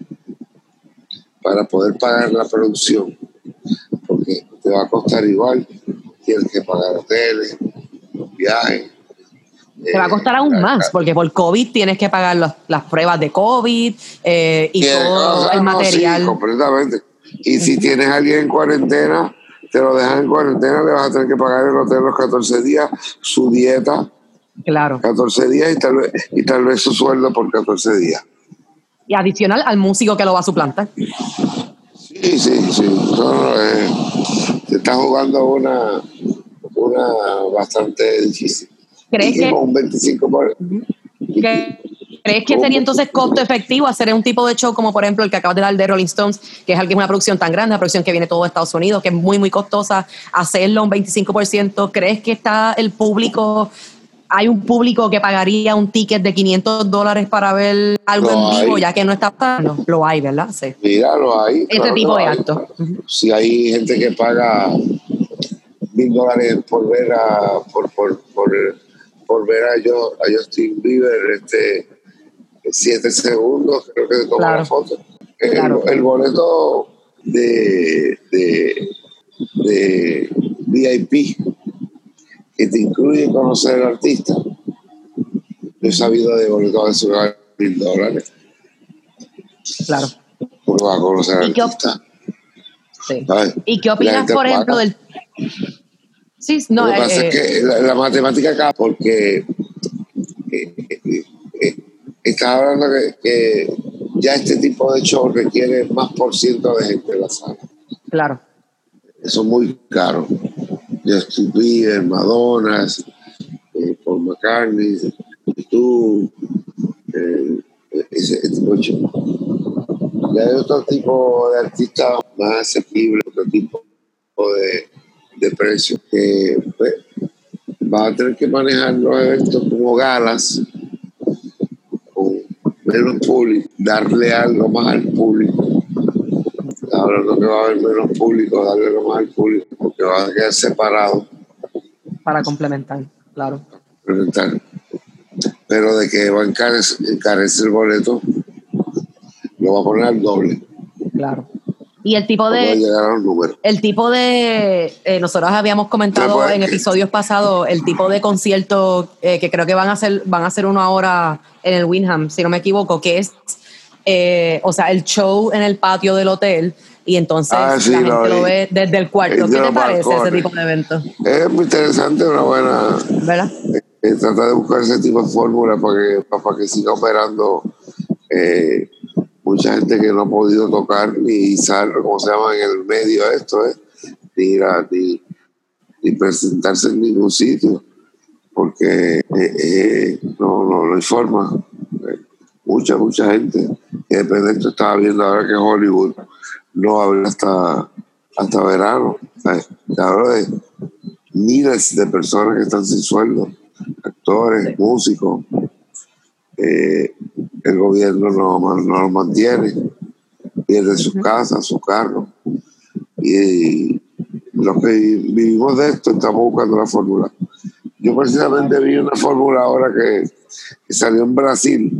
para poder pagar la producción, porque te va a costar igual, tienes que pagar hoteles, los viajes. Te eh, va a costar aún más, casa. Porque por COVID tienes que pagar los, las pruebas de COVID eh, y tienes, todo o sea, el material. No, sí, completamente. Y si tienes a alguien en cuarentena, te lo dejan en cuarentena, le vas a tener que pagar el hotel los catorce días, su dieta, claro, catorce días y tal vez, y tal vez su sueldo por catorce días. Y adicional al músico que lo va a suplantar. Sí, sí, sí. No, eh, te está jugando una, una bastante difícil. ¿Crees que un veinticinco por ciento? ¿Crees que sería entonces costo efectivo hacer un tipo de show como por ejemplo el que acabas de dar de Rolling Stones, que es algo, una producción tan grande, una producción que viene todo de Estados Unidos, que es muy muy costosa, hacerlo un veinticinco por ciento? ¿Crees que está el público, hay un público que pagaría un ticket de quinientos dólares para ver algo lo en vivo, hay. Ya que no está pagando? Lo hay, ¿verdad? Sí. Mira, lo hay. Ese claro, tipo de hay. actos. Si hay gente que paga mil dólares por ver a por, por, por, por ver a, yo, a Justin Bieber este siete segundos, creo que se toma claro. La foto. El, Claro. el boleto de, de, de V I P que te incluye conocer al artista. Yo he sabido de boletos de mil dólares. Claro. Porque va a conocer al ¿Y qué, artista. Sí. ¿Y qué opinas, por ejemplo, del... Sí, no, Lo que eh, pasa eh, es que la, la matemática acá, porque eh, eh, eh, estás hablando que, que ya este tipo de show requiere más por ciento de gente en la sala. Claro. Eso es muy caro. Justin Bieber, Madonna, eh, Paul McCartney, tú, eh, ese, ese tipo de show. Ya hay otro tipo de artistas más asequibles, otro tipo de, de precios que pues, van a tener que manejar los eventos como galas, con menos público, darle algo más al público. Hablando que va a haber menos público, darle algo más al público, porque van a quedar separados. Para complementar, claro. Complementar. Pero de que va a encarecer, encarecer el boleto, lo va a poner al doble. Claro. Y el tipo de... llegar a los números. El tipo de... Eh, nosotros habíamos comentado puede, en episodios pasados el tipo de concierto eh, que creo que van a hacer van a hacer uno ahora en el Wyndham, si no me equivoco, que es, eh, o sea, el show en el patio del hotel y entonces ah, sí, la gente lo, lo ve desde el cuarto. ¿Qué te parece balcones. Ese tipo de evento? Es muy interesante, una buena... ¿Verdad? Eh, trata de buscar ese tipo de fórmula para que, para que siga operando eh, mucha gente que no ha podido tocar ni izar, como se llama en el medio esto, eh, ni, ir a, ni, ni presentarse en ningún sitio, porque eh, eh, no, no, no hay forma. Eh, mucha, mucha gente. Y después de esto estaba viendo ahora que Hollywood no abre hasta, hasta verano. ¿Sabes? Te hablo de miles de personas que están sin sueldo, actores, músicos. Eh, el gobierno no, no los mantiene, pierde sus casas, sus carros, y los que vivimos de esto estamos buscando la fórmula. Yo precisamente vi una fórmula ahora que, que salió en Brasil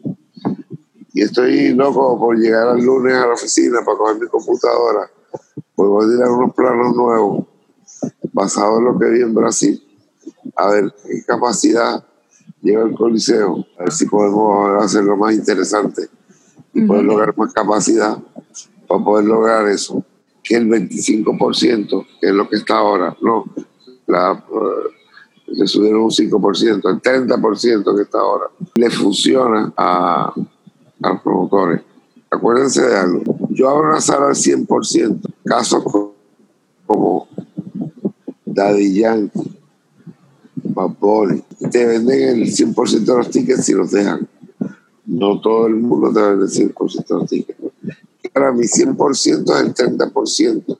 y estoy loco por llegar al lunes a la oficina para coger mi computadora, pues voy a tirar unos planos nuevos basados en lo que vi en Brasil, a ver qué capacidad llega el Coliseo, a ver si podemos hacerlo más interesante y poder uh-huh. lograr más capacidad para poder lograr eso, que el veinticinco por ciento, que es lo que está ahora, no, la, uh, le subieron un cinco por ciento, el treinta por ciento que está ahora, le funciona a, a los promotores. Acuérdense de algo, yo abro una sala al cien por ciento, casos como Daddy Yankee, Bad Bunny, te venden el cien por ciento de los tickets y los dejan. No todo el mundo te vende el cien por ciento de los tickets. Para mí cien por ciento es el treinta por ciento.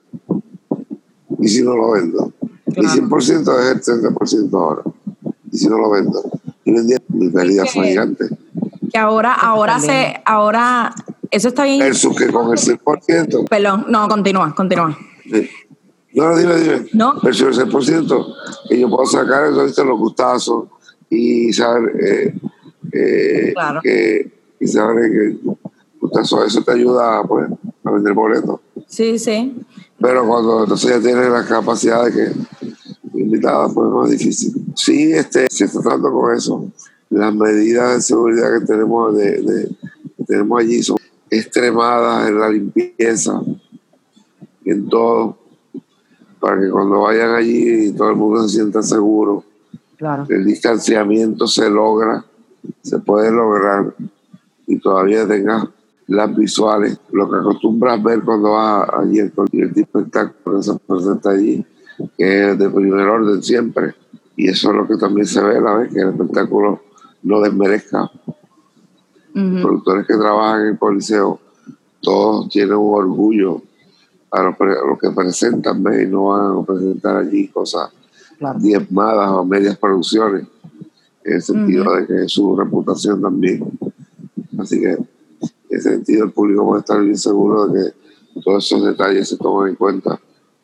¿Y si no lo vendo? Claro. Mi cien por ciento es el treinta por ciento ahora. ¿Y si no lo vendo? Y vendí, mi pérdida fue gigante. Que ahora, ahora se, ahora, eso está bien. Versus que con el cien por ciento. Perdón, no, continúa, continúa. Sí. No, dime, dime. No. Versus el cien por ciento, que yo puedo sacar entonces los gustazos y saber eh, eh, claro. que, y saber que gustazo, eso te ayuda pues, a vender boletos. Sí, sí. Pero cuando entonces ya tienes la capacidad de que invitada, pues no es difícil. Sí, este, se está tratando con eso. Las medidas de seguridad que tenemos, de, de, que tenemos allí son extremadas en la limpieza y en todo, para que cuando vayan allí todo el mundo se sienta seguro. Claro. El distanciamiento se logra, se puede lograr y todavía tengas las visuales, lo que acostumbras ver cuando vas allí en cualquier tipo de espectáculo que se presenta allí, que es de primer orden siempre, y eso es lo que también se ve a la vez, que el espectáculo no desmerezca. Uh-huh. Los productores que trabajan en el Coliseo, todos tienen un orgullo a los, a los que presentan, ¿ves? Y no van a presentar allí cosas claro. diezmadas o medias producciones, en el sentido uh-huh. de que es su reputación también. Así que en ese sentido el público puede estar bien seguro de que todos esos detalles se toman en cuenta.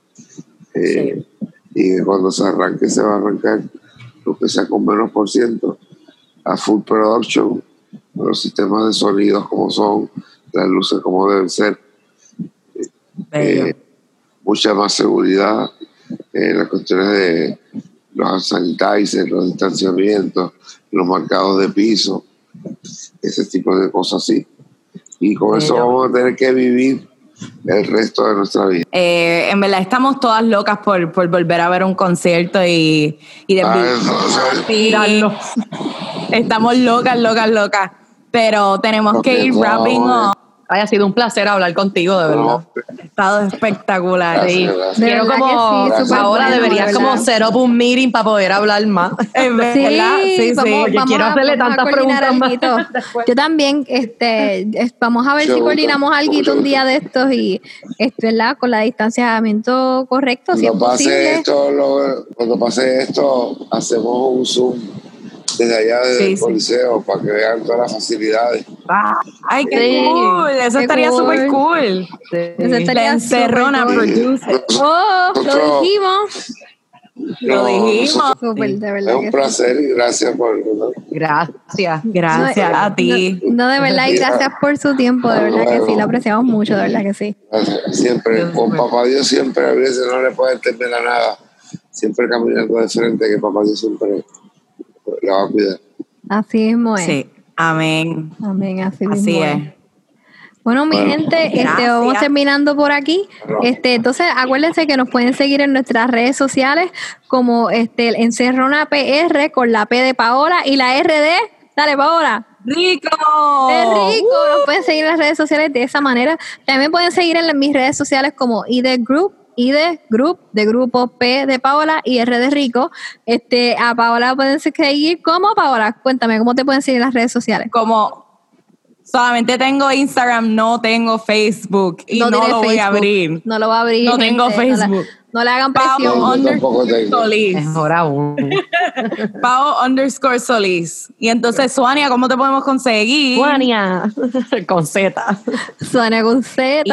Eh, sí. Y que cuando se arranque, se va a arrancar, lo que sea con menos por ciento, a full production, los sistemas de sonidos como son, las luces como deben ser, eh, mucha más seguridad, eh, las cuestiones de los sanitizers, los distanciamientos, los marcados de piso, ese tipo de cosas así. Y con eso vamos a tener que vivir el resto de nuestra vida. Eh, en verdad estamos todas locas por, por volver a ver un concierto y, y de ah, eso, estamos locas, locas, locas. Pero tenemos Porque que ir wrapping up. Ay, ha sido un placer hablar contigo, de verdad. No. Ha estado espectacular. Gracias, sí. gracias. Quiero como, sí, ahora bueno, deberías de como set up un meeting para poder hablar más. Es verdad, sí, sí. sí. Vamos, vamos quiero a, hacerle tantas preguntas más. Yo también, este, vamos a ver Yo si coordinamos algo un día de estos y, este, ¿verdad? Con la distanciamiento correcto, cuando si es pase posible. Esto, lo, cuando pase esto, hacemos un Zoom desde allá desde sí, el Coliseo sí. para que vean todas las facilidades. Ah, ¡ay, qué sí, cool! Eso qué estaría súper cool. cool. Sí. Eso estaría la encerrona cool. producer. ¡Oh! Lo dijimos. No, lo dijimos. Super, de verdad es un placer sí. y gracias por... Gracias. Gracias no, a ti. No, no, de verdad, y gracias por su tiempo. De verdad bueno, que sí, lo apreciamos mucho, de verdad que sí. Gracias. Siempre, con Papá Dios siempre, a veces no le puede temer a nada. Siempre caminando de frente, que Papá Dios siempre... la va a cuidar. Así mismo es. Sí, amén. Amén, así, así mismo es. es. Bueno, mi bueno, gente, este, vamos terminando por aquí. Este, entonces, acuérdense que nos pueden seguir en nuestras redes sociales como este, Encerrona P R con la P de Paola y la R de, dale Paola. ¡Rico! ¡Es rico! Uh. Nos pueden seguir en las redes sociales de esa manera. También pueden seguir en mis redes sociales como I D Group, I D Group, de grupo P de Paola y R de Rico. Este, a Paola pueden seguir como Paola. Cuéntame, ¿cómo te pueden seguir en las redes sociales? Como solamente tengo Instagram, no tengo Facebook y no, no lo Facebook. voy a abrir. No lo va a abrir. No gente. tengo Facebook. No, la, no le hagan presión. Pao underscore Solís. Mejor aún. Pao underscore Solís. Y entonces, Suania, ¿cómo te podemos conseguir? Suania. Con Z. Suania con Z.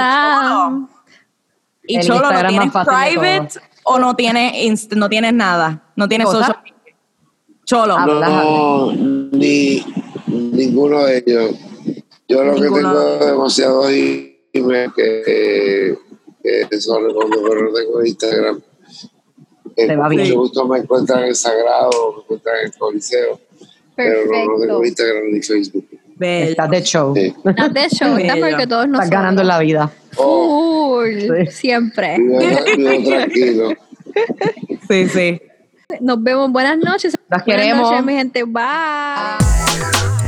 Y el Cholo, ¿no tienes private o no tienes inst- no tienes nada? ¿No tienes social media? Cholo. No, ni ninguno de ellos. Yo lo ninguno. que tengo es demasiados emails que, que, que son recuerdos, pero no tengo Instagram. Te va bien. Mucho gusto me encuentran en Sagrado, me encuentran en el Coliseo, Perfecto. pero no, no tengo Instagram ni Facebook. Estás de show. Sí. Estás de show, estás porque todos nosotros. Estás ganando en la vida. Full, Sí. siempre. Vivo, vivo tranquilo. Sí, sí. Nos vemos. Buenas noches. Las Buenas queremos. noches, mi gente. Bye.